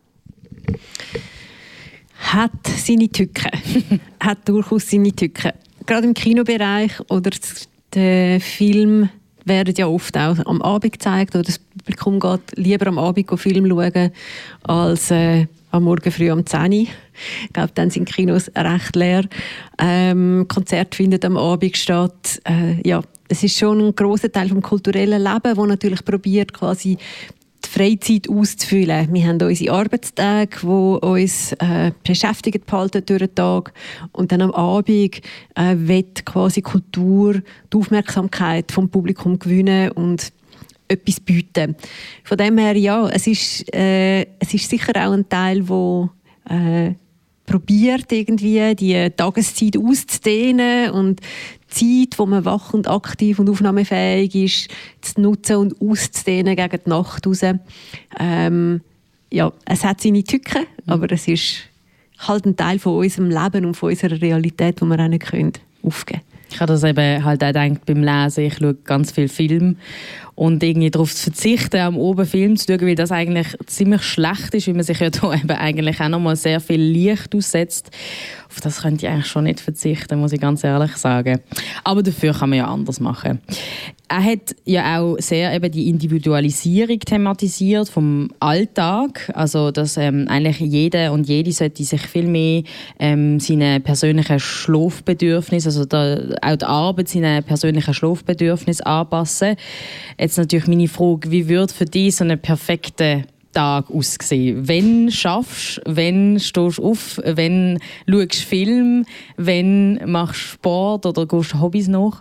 Hat seine Tücken. Hat durchaus seine Tücken. Gerade im Kinobereich oder der Film werden ja oft auch am Abend gezeigt oder das Publikum geht lieber am Abend Film schauen als äh, am Morgen früh um zehn Uhr. Ich glaube, dann sind die Kinos recht leer. Ähm, Konzert findet am Abend statt. Äh, ja, es ist schon ein grosser Teil des kulturellen Lebens, wo natürlich probiert, quasi die Freizeit auszufüllen. Wir haben unsere Arbeitstage, die uns äh, beschäftigt behalten durch den Tag. Und dann am Abend äh, wird quasi Kultur die Aufmerksamkeit vom Publikum gewinnen und etwas bieten. Von dem her, ja, es ist, äh, es ist sicher auch ein Teil, wo äh, probiert irgendwie die Tageszeit auszudehnen und die Zeit, wo man wach und aktiv und aufnahmefähig ist, zu nutzen und auszudehnen gegen die Nacht raus. Ähm, ja, es hat seine Tücken, mhm. aber es ist halt ein Teil von unserem Leben und von unserer Realität, die wir auch nicht können aufgeben können. Ich habe das eben halt auch gedacht beim Lesen. Ich schaue ganz viel Film und irgendwie darauf zu verzichten, am Oben Film zu schauen, weil das eigentlich ziemlich schlecht ist, weil man sich ja da eben eigentlich auch nochmal sehr viel Licht aussetzt. Auf das könnte ich eigentlich schon nicht verzichten, muss ich ganz ehrlich sagen. Aber dafür kann man ja anders machen. Er hat ja auch sehr eben die Individualisierung thematisiert vom Alltag. Also, dass ähm, eigentlich jeder und jede sollte sich viel mehr ähm, seine persönlichen Schlafbedürfnisse, also da, auch die Arbeit seine persönlichen Schlafbedürfnisse anpassen. Jetzt natürlich meine Frage, wie würde für dich so einen perfekten Tag aussehen? Wenn schaffst, wenn stehst du auf, wenn schaust du Film, wenn machst du Sport oder gehst du Hobbys nach?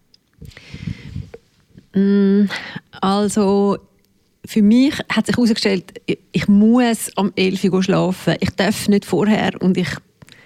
Also für mich hat sich herausgestellt, ich muss am elf Uhr schlafen. Ich darf nicht vorher und ich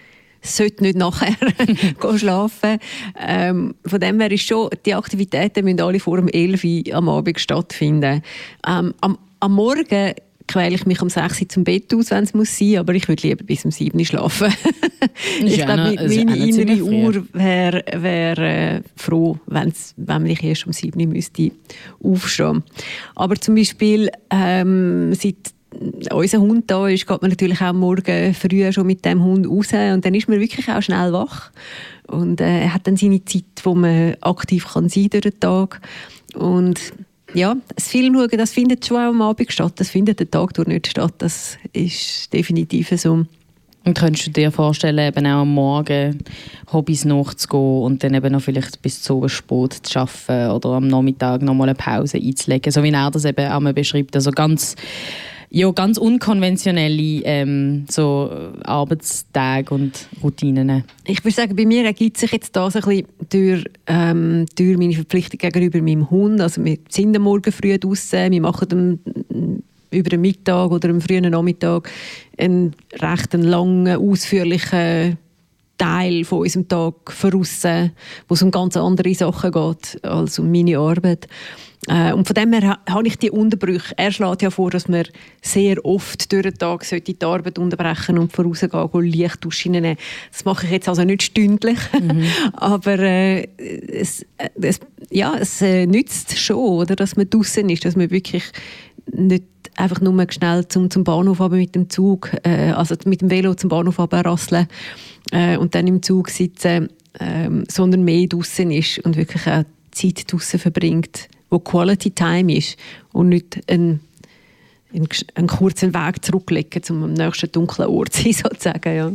sollte nicht nachher schlafen. Ähm, von dem her ist schon, die Aktivitäten müssen alle vor dem elf Uhr am Abend stattfinden. Ähm, am, am Morgen quäle ich mich um sechs Uhr zum Bett aus, wenn es muss sein, aber ich würde lieber bis um sieben Uhr schlafen. Ich ja, glaube, also meine innere Uhr wäre wär, äh, froh, wenn's, wenn ich erst um sieben Uhr müsste aufstehen. Aber zum Beispiel, ähm, seit unser Hund da ist, geht man natürlich auch morgen früh schon mit dem Hund raus und dann ist man wirklich auch schnell wach. Und äh, er hat dann seine Zeit, wo man aktiv kann sein durch den Tag. Und ja, das Film schauen, das findet schon auch am Abend statt. Das findet den Tag durch nicht statt. Das ist definitiv so. Und könntest du dir vorstellen, eben auch am Morgen Hobbys nachzugehen und dann eben noch vielleicht bis zu spät zu arbeiten oder am Nachmittag noch mal eine Pause einzulegen, so wie er das eben einmal beschreibt. Also ganz, ja, ganz unkonventionelle ähm, so Arbeitstage und Routinen. Ich würde sagen, bei mir ergibt sich jetzt das ein bisschen durch, ähm, durch meine Verpflichtung gegenüber meinem Hund. Also wir sind am Morgen früh draussen, wir machen den, über den Mittag oder am frühen Nachmittag einen recht langen, ausführlichen Teil von unserem Tag voraus, wo es um ganz andere Sachen geht als um meine Arbeit. Äh, und von dem her habe ich die Unterbrüche. Er schlägt ja vor, dass man sehr oft durch den Tag die Arbeit unterbrechen und vorausgehen und Licht nehmen. Das mache ich jetzt also nicht stündlich, mhm. aber äh, es, es, ja, es äh, nützt schon, oder, dass man draussen ist, dass man wirklich nicht einfach nur schnell zum, zum Bahnhof aber mit dem Zug, äh, also mit dem Velo zum Bahnhof rasseln äh, und dann im Zug sitzen, äh, sondern mehr draussen ist und wirklich auch Zeit draussen verbringt, wo Quality Time ist und nicht ein, ein, einen kurzen Weg zurücklegen, um am nächsten dunklen Ort zu sein, sozusagen. Ja.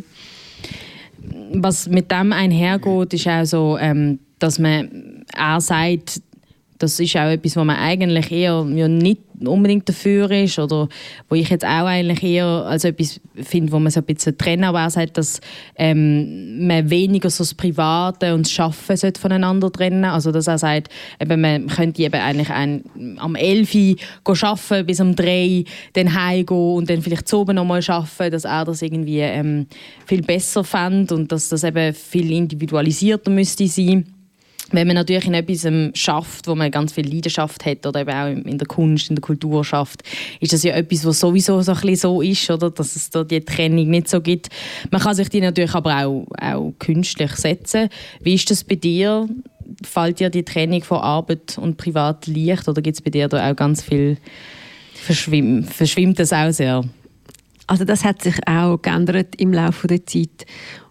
Was mit dem einhergeht, ist auch so, ähm, dass man auch sagt, Das ist auch etwas, wo man eigentlich eher ja, nicht unbedingt dafür ist oder wo ich jetzt auch eigentlich eher als etwas finde, wo man so ein bisschen trennen, aber auch sagt, dass ähm, man weniger so das Private und das Schaffen sollte voneinander trennen. Also dass er sagt, eben, man könnte eben eigentlich ein, am elf Uhr arbeiten, bis um drei Uhr dann heimgehen und dann vielleicht zu oben nochmal arbeiten, dass er das irgendwie ähm, viel besser fände und dass das eben viel individualisierter müsste sein. Wenn man natürlich in etwas ähm, schafft, wo man ganz viel Leidenschaft hat oder eben auch in der Kunst, in der Kultur schafft, ist das ja etwas, was sowieso so ein bisschen so ist, oder? Dass es da die Trennung nicht so gibt. Man kann sich die natürlich aber auch, auch künstlich setzen. Wie ist das bei dir? Fällt dir die Trennung von Arbeit und Privat leicht oder gibt es bei dir da auch ganz viel verschwimmt, verschwimmt das auch sehr? Also das hat sich auch geändert im Laufe der Zeit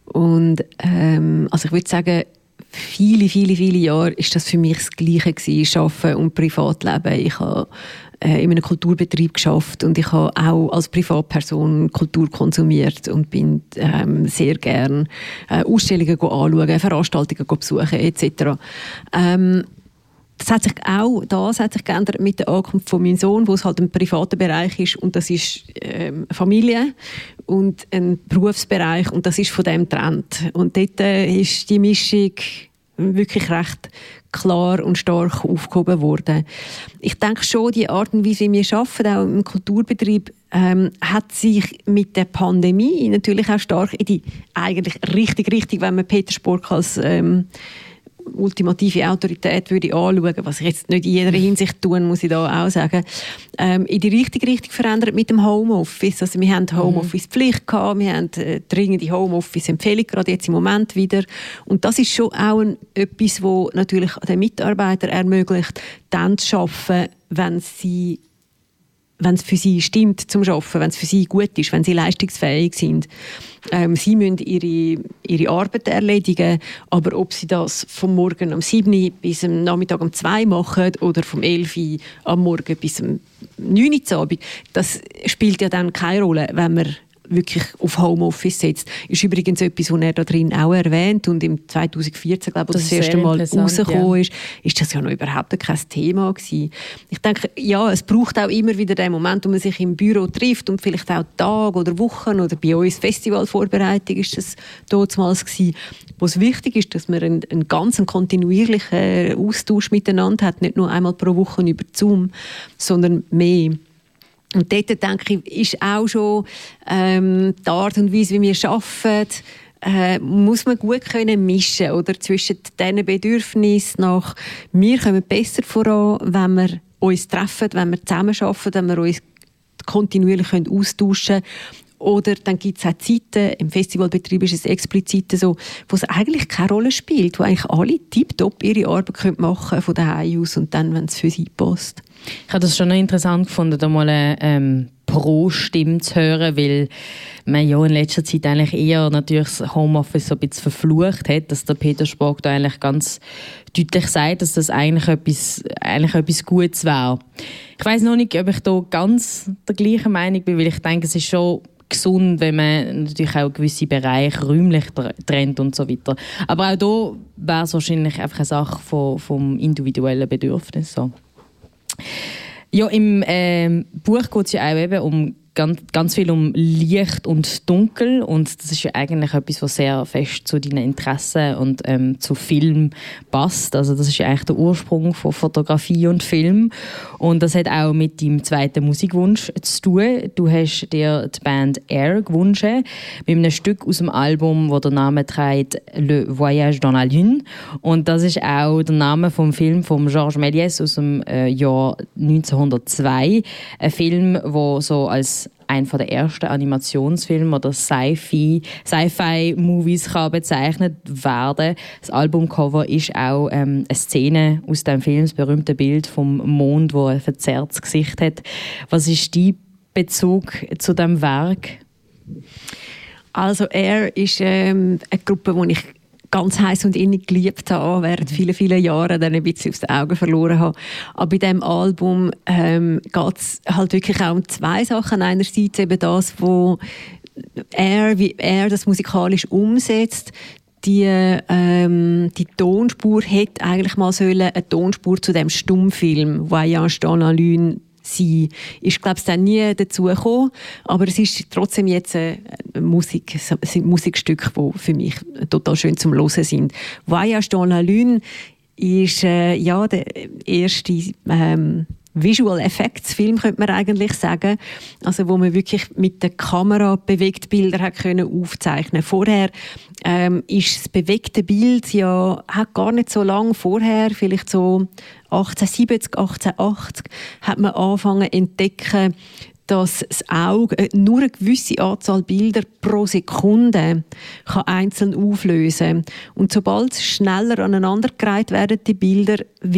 und ähm, also ich würde sagen, Viele, viele, viele Jahre ist das für mich das Gleiche gewesen, Arbeiten und Privatleben. Ich habe äh, in einem Kulturbetrieb geschafft und ich habe auch als Privatperson Kultur konsumiert und bin ähm, sehr gern äh, Ausstellungen anschauen, Veranstaltungen besuchen et cetera. Ähm, das hat sich auch das hat sich geändert mit der Ankunft von meinem Sohn, wo es halt ein privater Bereich ist und das ist ähm, Familie und ein Berufsbereich und das ist von dem getrennt. Und dort äh, ist die Mischung wirklich recht klar und stark aufgehoben worden. Ich denke schon, die Art und Weise, wie wir arbeiten, auch im Kulturbetrieb, ähm, hat sich mit der Pandemie natürlich auch stark in die eigentlich richtig, richtig, wenn man Peter Spork als ähm, ultimative Autorität würde anschauen, was ich jetzt nicht in jeder Hinsicht tun, muss ich da auch sagen, ähm, in die richtige Richtung verändert mit dem Homeoffice. Also wir haben Homeoffice-Pflicht gehabt, wir haben äh, dringende Homeoffice-Empfehlung, gerade jetzt im Moment wieder. Und das ist schon auch ein, etwas, was natürlich den Mitarbeitern ermöglicht, dann zu arbeiten, wenn sie wenn es für sie stimmt zum Arbeiten, wenn es für sie gut ist, wenn sie leistungsfähig sind. Ähm, sie müssen ihre, ihre Arbeit erledigen, aber ob sie das vom Morgen um sieben Uhr bis am Nachmittag um zwei Uhr machen oder vom elf Uhr am Morgen bis um neun Uhr zu Abend, das spielt ja dann keine Rolle, wenn man wirklich auf Homeoffice setzt. Ist übrigens etwas, was er da drin auch erwähnt und im zweitausendvierzehn, glaube ich, das, das erste Mal rausgekommen ja. ist, ist das ja noch überhaupt kein Thema gewesen. Ich denke, ja, es braucht auch immer wieder den Moment, wo man sich im Büro trifft und vielleicht auch Tage oder Wochen oder bei uns Festivalvorbereitung ist das damals gewesen, wo es wichtig ist, dass man einen, einen ganz kontinuierlichen Austausch miteinander hat, nicht nur einmal pro Woche über Zoom, sondern mehr. Und dort, denke ich, ist auch schon ähm, die Art und Weise, wie wir arbeiten, äh, muss man gut können mischen oder zwischen diesen Bedürfnissen nach wir kommen besser voran, wenn wir uns treffen, wenn wir zusammen arbeiten, wenn wir uns kontinuierlich austauschen können. Oder dann gibt es auch Zeiten, im Festivalbetrieb ist es explizit so, wo es eigentlich keine Rolle spielt, wo eigentlich alle tiptop ihre Arbeit machen können von daheim aus und dann, wenn es für sie passt. Ich habe das schon noch interessant gefunden, da mal eine ähm, Pro-Stimme zu hören, weil man ja in letzter Zeit eigentlich eher natürlich das Homeoffice so ein bisschen verflucht hat, dass der Peter Spork da eigentlich ganz deutlich sagt, dass das eigentlich etwas, eigentlich etwas Gutes wäre. Ich weiss noch nicht, ob ich da ganz der gleichen Meinung bin, weil ich denke, es ist schon gesund, wenn man natürlich auch gewisse Bereiche räumlich trennt und so weiter. Aber auch da wäre es wahrscheinlich einfach eine Sache vom, vom individuellen Bedürfnis. So. Ja, im ähm, Buch geht es ja auch eben um ganz, ganz viel um Licht und Dunkel und das ist ja eigentlich etwas, was sehr fest zu deinen Interessen und ähm, zu Film passt. Also das ist ja eigentlich der Ursprung von Fotografie und Film und das hat auch mit deinem zweiten Musikwunsch zu tun. Du hast dir die Band Air gewünscht mit einem Stück aus dem Album, das den Namen trägt «Le Voyage dans la Lune» und das ist auch der Name vom Film von Georges Méliès aus dem äh, Jahr neunzehnhundertzwei. Ein Film, der so als ein von der ersten Animationsfilme oder Sci-Fi, Sci-Fi-Movies kann bezeichnet werden. Das Albumcover ist auch ähm, eine Szene aus dem Film, das berühmte Bild vom Mond, wo ein verzerrtes Gesicht hat. Was ist dein Bezug zu diesem Werk? Also Air ist ähm, eine Gruppe, die ich ganz heiß und innig geliebt habe, während viele, viele Jahre dann ein bisschen aus den Augen verloren habe. Aber bei diesem Album ähm, geht es halt wirklich auch um zwei Sachen. Einerseits eben das, wo er, wie er das musikalisch umsetzt, die, ähm, die Tonspur hätte eigentlich mal sollen eine Tonspur zu dem Stummfilm «Voyage dans la Lune» sein. Ist, glaube ich, dann nie dazu gekommen, aber es ist trotzdem jetzt eine Musik, es sind Musikstücke, die für mich total schön zum Hören sind. «Voyage dans la Lune» ist äh, ja, der erste ähm, Visual Effects Film, könnte man eigentlich sagen. Also, wo man wirklich mit der Kamera bewegte Bilder hat können aufzeichnen. Vorher ähm, ist das bewegte Bild ja hat gar nicht so lange vorher, vielleicht so achtzehnhundertsiebzig, achtzehnhundertachtzig, hat man angefangen zu entdecken, dass das Auge nur eine gewisse Anzahl Bilder pro Sekunde kann einzeln auflösen kann. Und sobald es schneller aneinandergereiht werden, die Bilder,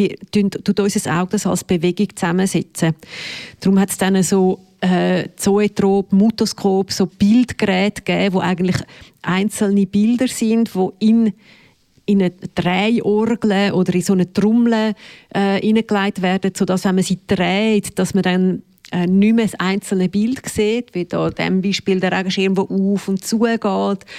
tut unser Auge das als Bewegung zusammensetzen. Darum hat es dann so äh, Zoetrop, Mutoskop, so Bildgeräte gegeben, wo eigentlich einzelne Bilder sind, die in in eine Drehorgel oder in so eine Trommel äh, hineingelegt werden, sodass, wenn man sie dreht, dass man dann äh, nicht mehr das einzelne Bild sieht, wie da in diesem Beispiel der Regenschirm, der auf und zu geht,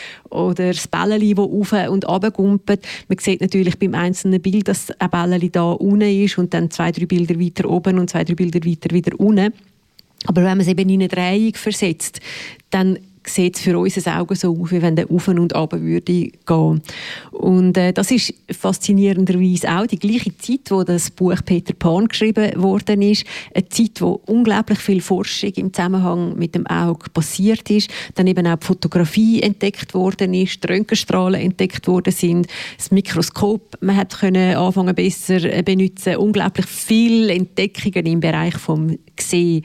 oder das Bällchen, das auf und runter gumpelt. Man sieht natürlich beim einzelnen Bild, dass ein Bällchen da unten ist und dann zwei, drei Bilder weiter oben und zwei, drei Bilder weiter wieder unten. Aber wenn man es eben in eine Drehung versetzt, dann sieht es für unser Auge so aus, wie wenn der auf und runter würde gehen. Und äh, das ist faszinierenderweise auch die gleiche Zeit, wo das Buch Peter Pan geschrieben worden ist. Eine Zeit, wo unglaublich viel Forschung im Zusammenhang mit dem Auge passiert ist. Dann eben auch die Fotografie entdeckt worden ist, die Röntgenstrahlen entdeckt worden sind, das Mikroskop, man hat können anfangen besser benutzen, unglaublich viele Entdeckungen im Bereich vom Sehen.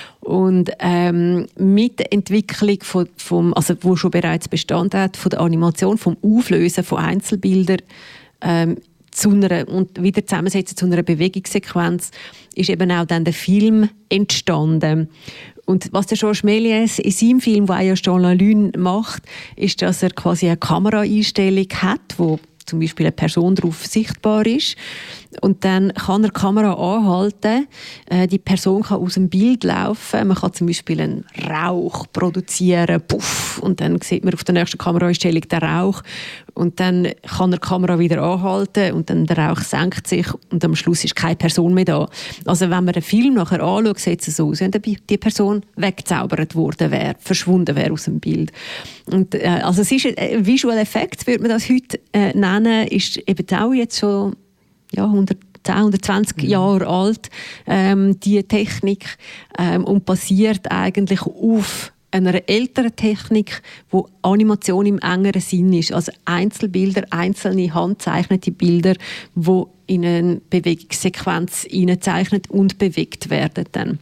Und ähm, mit der Entwicklung von, vom, also wo schon bereits Bestand hat, von der Animation, vom Auflösen von Einzelbildern ähm, zu einer, und wieder zusammensetzen zu einer Bewegungssequenz, ist eben auch dann der Film entstanden. Und was der Georges Méliès in seinem Film «Voyage dans la Lune» macht, ist, dass er quasi eine Kameraeinstellung hat, wo zum Beispiel eine Person drauf sichtbar ist. Und dann kann er die Kamera anhalten, äh, die Person kann aus dem Bild laufen, man kann zum Beispiel einen Rauch produzieren, puff, und dann sieht man auf der nächsten Kameraeinstellung den Rauch und dann kann er die Kamera wieder anhalten und dann der Rauch senkt sich und am Schluss ist keine Person mehr da. Also wenn man den Film nachher anschaut, sieht es so aus, wenn die Person weggezaubert worden wäre, verschwunden wäre aus dem Bild. Und, äh, also es ist ein Visual Effect, würde man das heute äh, nennen, ist eben auch jetzt schon ja, hundertzehn, hundertzwanzig mhm. Jahre alt, ähm, die Technik, ähm, und basiert eigentlich auf einer älteren Technik, wo Animation im engeren Sinn ist. Also Einzelbilder, einzelne handzeichnete Bilder, die in eine Bewegungssequenz hineingezeichnet und bewegt werden dann.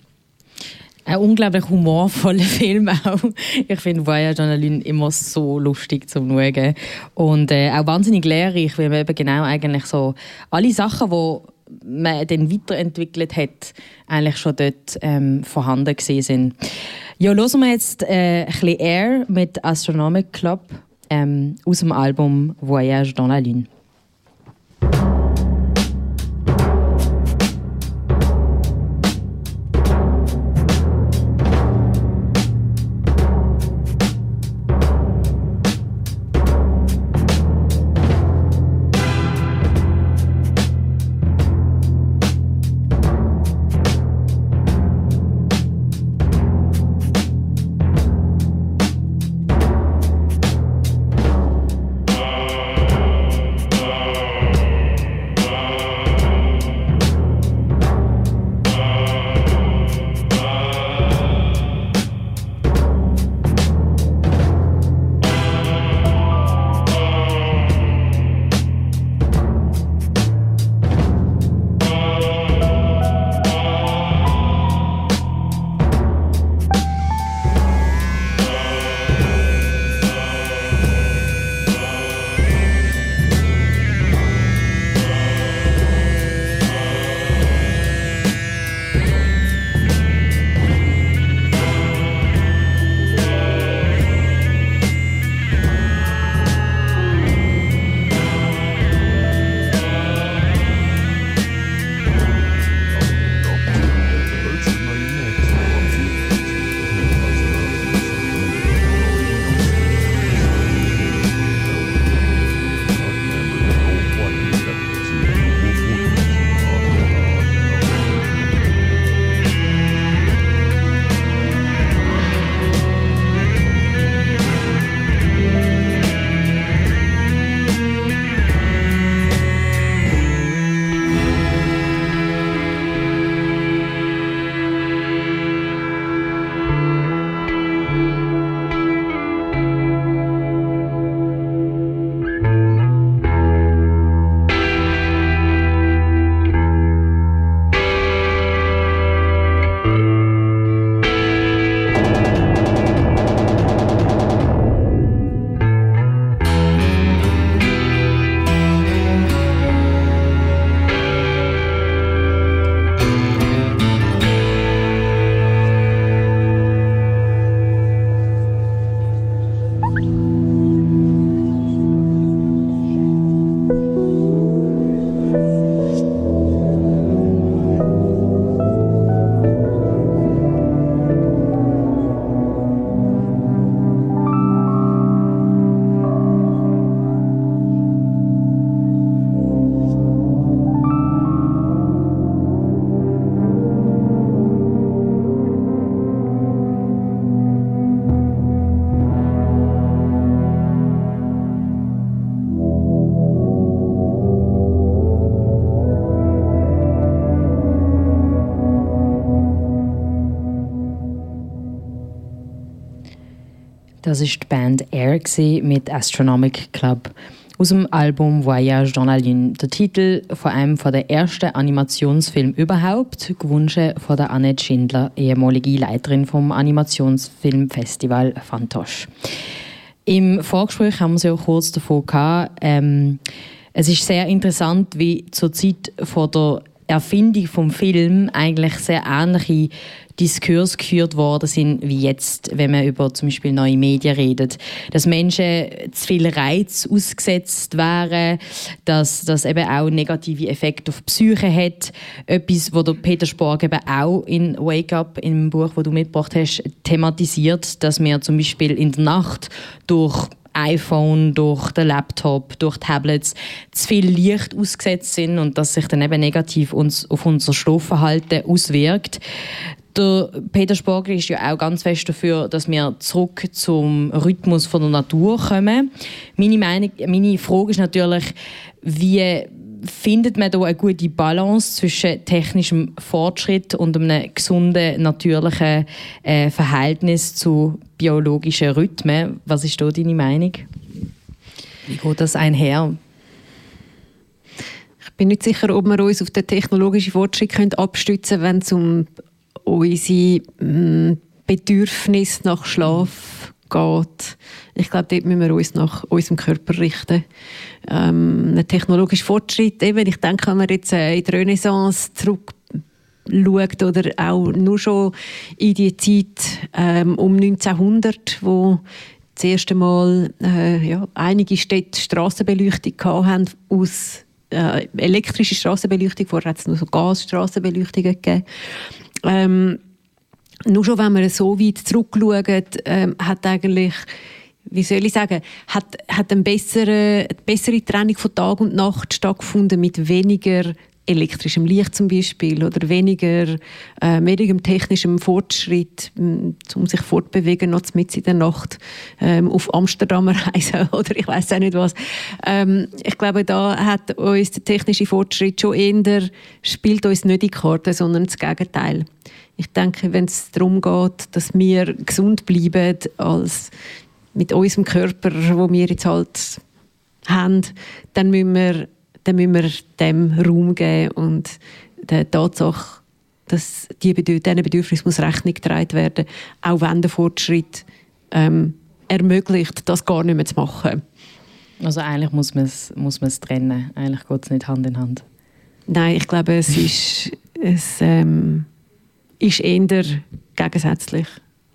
Ein unglaublich humorvoller Film auch. Ich finde «Voyage dans la Lune» immer so lustig zum Schauen. Und äh, auch wahnsinnig lehrreich, weil man eben genau eigentlich so alle Sachen, die man dann weiterentwickelt hat, eigentlich schon dort ähm, vorhanden gewesen sind. Ja, hören wir jetzt äh, ein bisschen Air mit «Astronomic Club» ähm, aus dem Album «Voyage dans la Lune». Das war die Band Air mit Astronomic Club aus dem Album Voyage dans la Lune. Der Titel von einem der ersten Animationsfilme überhaupt, gewünscht von der Annette Schindler, ehemalige Leiterin vom Animationsfilmfestival Fantoche. Im Vorgespräch haben wir es ja kurz davon gehabt. Ähm, es ist sehr interessant, wie zur Zeit von der Erfindung des Films eigentlich sehr ähnliche Diskurse geführt worden sind wie jetzt, wenn man über zum Beispiel neue Medien redet. Dass Menschen zu viel Reiz ausgesetzt wären, dass das eben auch negative Effekte auf die Psyche hat. Etwas, was der Peter Sporg eben auch in Wake Up, im Buch, das du mitgebracht hast, thematisiert, dass wir zum Beispiel in der Nacht durch iPhone, durch den Laptop, durch Tablets zu viel Licht ausgesetzt sind und das sich dann eben negativ uns, auf unser Schlafverhalten auswirkt. Der Peter Sporgli ist ja auch ganz fest dafür, dass wir zurück zum Rhythmus von der Natur kommen. Meine Meinung, meine Frage ist natürlich, wie findet man da eine gute Balance zwischen technischem Fortschritt und einem gesunden, natürlichen äh, Verhältnis zu biologischen Rhythmen? Was ist da deine Meinung? Wie geht das einher? Ich bin nicht sicher, ob wir uns auf den technologischen Fortschritt abstützen können, wenn es um unsere mh, Bedürfnisse nach Schlaf geht. Ich glaube, dort müssen wir uns nach unserem Körper richten. Ähm, ein technologischer Fortschritt, eben, ich denke, wenn man jetzt äh, in die Renaissance zurückschaut oder auch nur schon in die Zeit ähm, um neunzehnhundert, wo das erste Mal äh, ja, einige Städte Strassenbeleuchtung hatten aus äh, elektrischer Strassenbeleuchtung. Vorher hat es nur so Gasstrassenbeleuchtungen gegeben. Ähm, nur schon, wenn man so weit zurückschaut, ähm, hat eigentlich, wie soll ich sagen, hat, hat eine bessere, eine bessere Trennung von Tag und Nacht stattgefunden mit weniger elektrischem Licht zum Beispiel oder weniger äh, weniger technischem Fortschritt, um sich fortbewegen, noch mitten in der Nacht ähm, auf Amsterdam reisen oder ich weiß auch nicht was. Ähm, ich glaube, da hat uns der technische Fortschritt schon eher, spielt uns nicht in die Karten, sondern das Gegenteil. Ich denke, wenn es darum geht, dass wir gesund bleiben als mit unserem Körper, wo wir jetzt halt haben, dann müssen wir dann müssen wir dem Raum geben und der Tatsache, dass die Bedürf- diesen Bedürfnissen muss Rechnung getragen werden, auch wenn der Fortschritt ähm, ermöglicht, das gar nicht mehr zu machen. Also eigentlich muss man es muss man es trennen. Eigentlich geht es nicht Hand in Hand. Nein, ich glaube, es ist, es, ähm, ist eher gegensätzlich.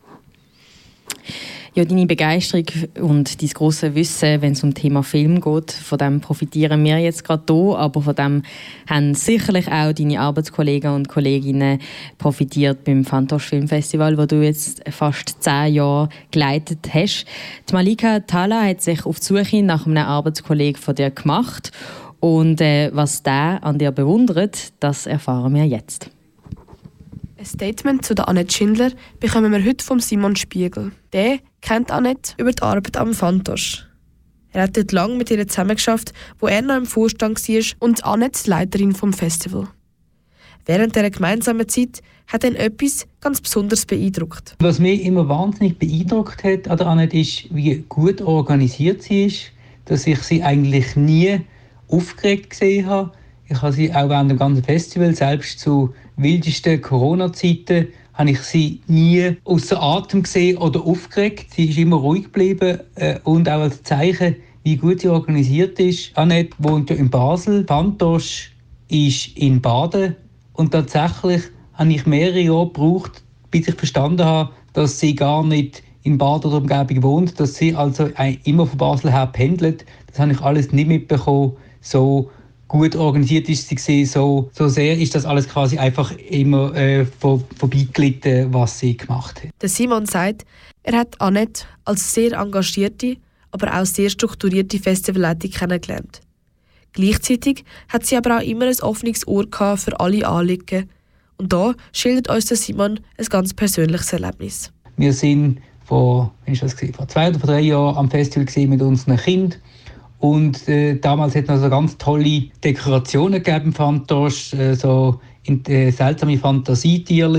Ja, deine Begeisterung und dein grosses Wissen, wenn es um das Thema Film geht, von dem profitieren wir jetzt gerade hier, aber von dem haben sicherlich auch deine Arbeitskollegen und Kolleginnen profitiert beim Fantoche Filmfestival, wo du jetzt fast zehn Jahre geleitet hast. Die Malika Thala hat sich auf die Suche nach einem Arbeitskollegen von dir gemacht und äh, was der an dir bewundert, das erfahren wir jetzt. Ein Statement zu der Annette Schindler bekommen wir heute vom Simon Spiegel. Der kennt Annette über die Arbeit am Fantoche. Er hat dort lange mit ihr zusammengearbeitet, wo er noch im Vorstand war und Annette die Leiterin vom Festival. Während dieser gemeinsamen Zeit hat ihn etwas ganz Besonderes beeindruckt. Was mich immer wahnsinnig beeindruckt hat an der Annette ist, wie gut organisiert sie ist, dass ich sie eigentlich nie aufgeregt gesehen habe. Ich habe sie auch während dem ganzen Festival, selbst zu wildesten Corona-Zeiten, habe ich sie nie außer Atem gesehen oder aufgeregt. Sie ist immer ruhig geblieben äh, und auch als Zeichen, wie gut sie organisiert ist. Annette wohnt ja in Basel, Fantoche ist in Baden und tatsächlich habe ich mehrere Jahre gebraucht, bis ich verstanden habe, dass sie gar nicht in Baden oder Umgebung wohnt, dass sie also immer von Basel her pendelt. Das habe ich alles nicht mitbekommen. So gut organisiert ist sie gewesen, so, so sehr ist das alles quasi einfach immer äh, vor, vorbeigelitten, was sie gemacht hat. Der Simon sagt, er hat Annette als sehr engagierte, aber auch sehr strukturierte Festivalleitung kennengelernt. Gleichzeitig hat sie aber auch immer ein offenes Ohr gehabt für alle Anliegen. Und da schildert uns der Simon ein ganz persönliches Erlebnis. Wir sind vor, wenn ich das gesehen, vor zwei oder vor drei Jahren am Festival gesehen mit unseren Kindern. Und äh, damals hat es noch so ganz tolle Dekorationen gegeben im Fantoche, äh, so in, äh, seltsame Fantasietierchen.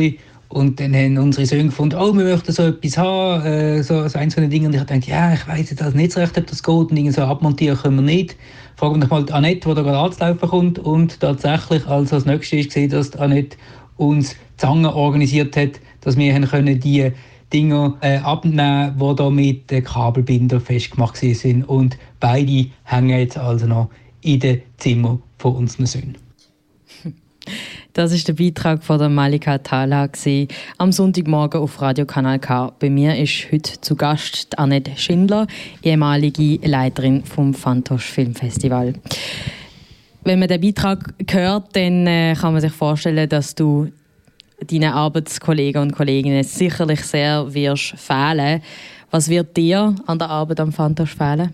Und dann haben unsere Söhne gefunden, oh, wir möchten so etwas haben, äh, so, so eins von den Dingen. Und ich dachte, ja, ich weiss jetzt also nicht so recht, ob das geht. Und irgendwie so abmontieren können wir nicht. Fragen wir mal die Annette, die da gerade anzulaufen kommt. Und tatsächlich, also das Nächste ist gesehen, dass die Annette uns Zangen organisiert hat, dass wir können die Dinger äh, abnehmen, die da mit den Kabelbinder festgemacht sind. Und beide hängen jetzt also noch in den Zimmern von unseren Söhnen. Das ist der Beitrag von der Malika Thala am Sonntagmorgen auf Radio Kanal K. Bei mir ist heute zu Gast die Annette Schindler, ehemalige Leiterin vom Fantosch Filmfestival. Wenn man den Beitrag hört, dann äh, kann man sich vorstellen, dass du deinen Arbeitskollegen und Kolleginnen sicherlich sehr wirst fehlen. Was wird dir an der Arbeit am Fantosch fehlen?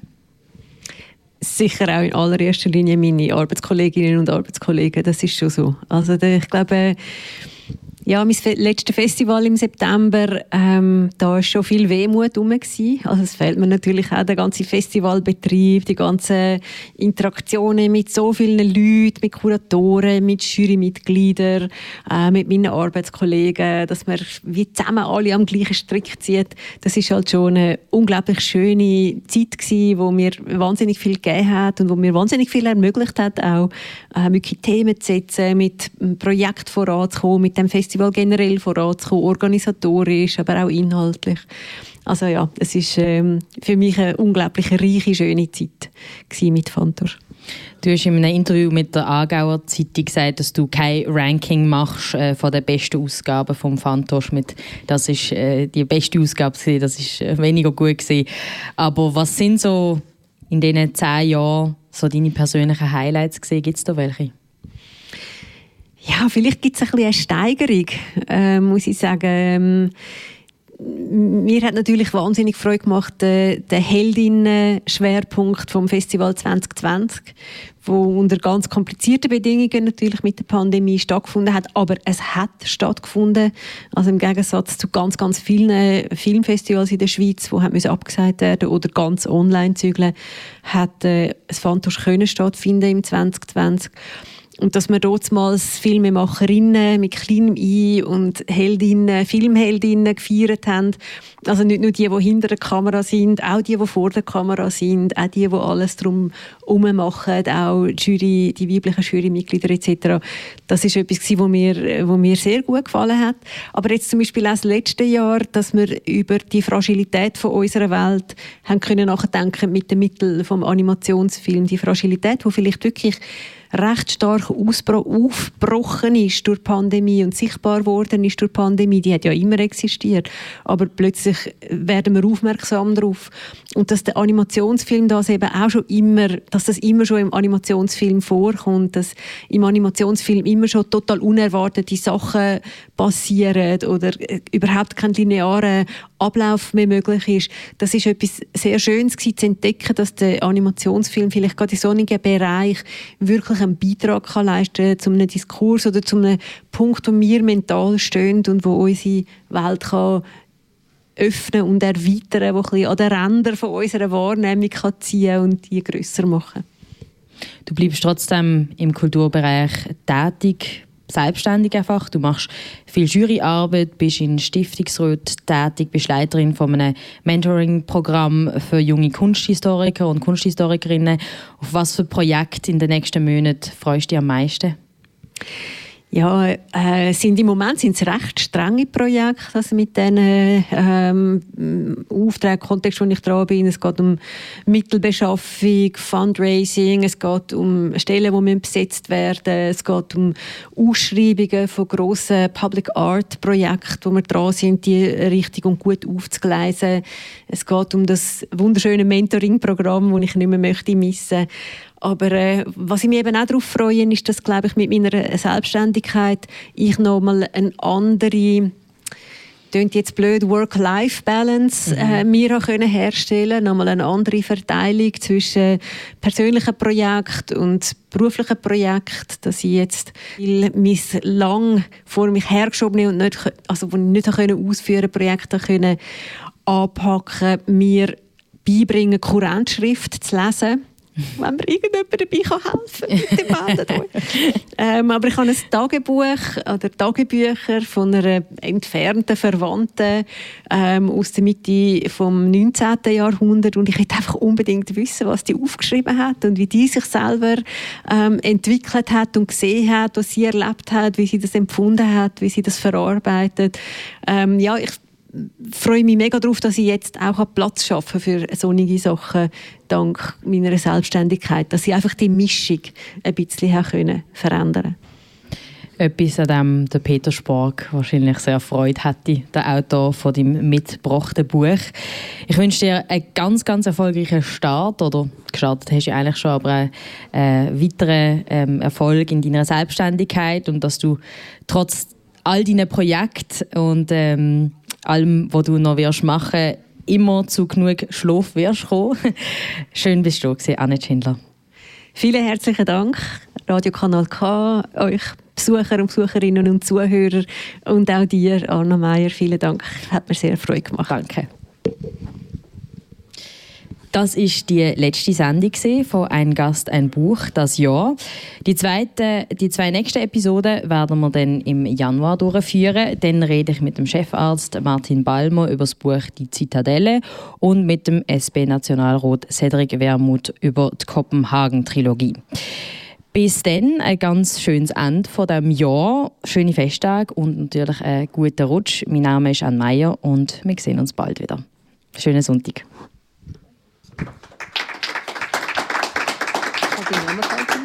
Sicher auch in allererster Linie meine Arbeitskolleginnen und Arbeitskollegen, das ist schon so. Also ich glaube, ja, mein letztes Festival im September, ähm, da war schon viel Wehmut herum. Also es fehlt mir natürlich auch der ganze Festivalbetrieb, die ganzen Interaktionen mit so vielen Leuten, mit Kuratoren, mit Jurymitgliedern, äh, mit meinen Arbeitskollegen, dass man wie zusammen alle am gleichen Strick zieht. Das ist halt schon eine unglaublich schöne Zeit gewesen, wo mir wahnsinnig viel gegeben hat und wo mir wahnsinnig viel ermöglicht hat, auch äh, wirklich Themen zu setzen, mit einem Projekt voranzukommen, mit dem Festival generell voranzukommen, organisatorisch, aber auch inhaltlich. Also ja, es ist ähm, für mich eine unglaublich reiche, schöne Zeit mit Fantosch. Du hast in einem Interview mit der Aargauer Zeitung gesagt, dass du kein Ranking machst äh, von den besten Ausgaben vom Fantosch. Mit, das ist äh, die beste Ausgabe gewesen, das ist äh, weniger gut gewesen. Aber was sind so in diesen zehn Jahren so deine persönlichen Highlights gewesen? Gibt es da welche? Ja, vielleicht gibt es ein bisschen eine Steigerung, äh, muss ich sagen. Ähm, mir hat natürlich wahnsinnig Freude gemacht, äh, der Heldinnen-Schwerpunkt vom Festival zwanzig zwanzig, wo unter ganz komplizierten Bedingungen natürlich mit der Pandemie stattgefunden hat, aber es hat stattgefunden. Also im Gegensatz zu ganz, ganz vielen Filmfestivals in der Schweiz, die haben abgesagt werden oder ganz online zügeln, hat äh, das Fantosch können stattfinden im zwanzig zwanzig. Und dass wir damals Filmemacherinnen mit kleinem I und Heldinnen, Filmheldinnen gefeiert haben. Also nicht nur die, die hinter der Kamera sind, auch die, die vor der Kamera sind, auch die, die alles drum herum machen, auch die Jury, die weiblichen Jurymitglieder et cetera. Das ist etwas, was mir, was mir sehr gut gefallen hat. Aber jetzt zum Beispiel auch das letzte Jahr, dass wir über die Fragilität von unserer Welt haben können nachdenken mit den Mitteln vom Animationsfilm. Die Fragilität, die vielleicht wirklich recht stark aufgebrochen ist durch die Pandemie und sichtbar geworden ist durch die Pandemie. Die hat ja immer existiert. Aber plötzlich werden wir aufmerksam darauf. Und dass der Animationsfilm das eben auch schon immer, dass das immer schon im Animationsfilm vorkommt, dass im Animationsfilm immer schon total unerwartete Sachen passieren oder überhaupt kein linearer Ablauf mehr möglich ist. Das ist etwas sehr Schönes gewesen, zu entdecken, dass der Animationsfilm vielleicht gerade in so einem Bereich wirklich einen Beitrag kann leisten zu einem Diskurs oder zu einem Punkt, wo wir mental stehen und wo unsere Welt kann öffnen und erweitern, wo ein bisschen an den Rändern von unserer Wahrnehmung kann ziehen und die grösser machen. Du bleibst trotzdem im Kulturbereich tätig, selbstständig einfach. Du machst viel Juryarbeit, bist in Stiftungsräten tätig, bist Leiterin von einem Mentoring-Programm für junge Kunsthistoriker und Kunsthistorikerinnen. Auf was für Projekte in den nächsten Monaten freust du dich am meisten? Ja, äh, sind im Moment sind es recht strenge Projekte, also mit diesen ähm, Aufträgen, Kontext, wo ich dran bin. Es geht um Mittelbeschaffung, Fundraising, es geht um Stellen, die besetzt werden, es geht um Ausschreibungen von grossen Public Art Projekten, wo wir dran sind, die richtig und gut aufzugleisen. Es geht um das wunderschöne Mentoring-Programm, das ich nicht mehr möchte missen. Aber äh, was ich mich eben auch darauf freue, ist, dass, glaube ich, mit meiner Selbstständigkeit ich nochmal eine andere, klingt jetzt blöd, Work-Life-Balance mhm. äh, mir auch können herstellen, nochmal eine andere Verteilung zwischen persönlichen Projekten und beruflichen Projekten, dass ich jetzt mein lang vor mich hergeschobene und nicht, also nicht können ausführen Projekte können anpacken, mir beibringen, Kurrentschrift zu lesen. wenn mir irgendjemand dabei helfen kann, bitte meldet euch. Ähm, aber ich habe ein Tagebuch oder Tagebücher von einer entfernten Verwandten ähm, aus der Mitte des neunzehnten Jahrhunderts und ich möchte einfach unbedingt wissen, was die aufgeschrieben hat und wie die sich selber ähm, entwickelt hat und gesehen hat, was sie erlebt hat, wie sie das empfunden hat, wie sie das verarbeitet. Ähm, ja, ich freue mich mega darauf, dass ich jetzt auch Platz schaffen für solche Sachen, dank meiner Selbstständigkeit, dass ich einfach die Mischung ein bisschen können verändern. Etwas, an dem der Peter Spork wahrscheinlich sehr Freude hätte, der Autor von dem mitgebrachten Buch. Ich wünsche dir einen ganz, ganz erfolgreichen Start, oder gestartet hast du eigentlich schon, aber einen äh, weiteren ähm, Erfolg in deiner Selbstständigkeit und dass du trotz all deinen Projekten und ähm, allem, was du noch wirst machen, immer zu genug Schlaf wirst kommen. Schön bist du da, Annette Schindler. Vielen herzlichen Dank, Radio Kanal K, euch Besucher und Besucherinnen und Zuhörer und auch dir, Anna Meier. Vielen Dank, hat mir sehr Freude gemacht. Danke. Das war die letzte Sendung von «Ein Gast, ein Buch» das Jahr. Die, zweite, die zwei nächsten Episoden werden wir dann im Januar durchführen. Dann rede ich mit dem Chefarzt Martin Balmer über das Buch «Die Zitadelle» und mit dem S P-Nationalrat Cedric Wermuth über die Kopenhagen-Trilogie. Bis dann ein ganz schönes Ende von diesem Jahr, schöne Festtage und natürlich einen guten Rutsch. Mein Name ist Anne Meier und wir sehen uns bald wieder. Schönen Sonntag. Hat die Nummer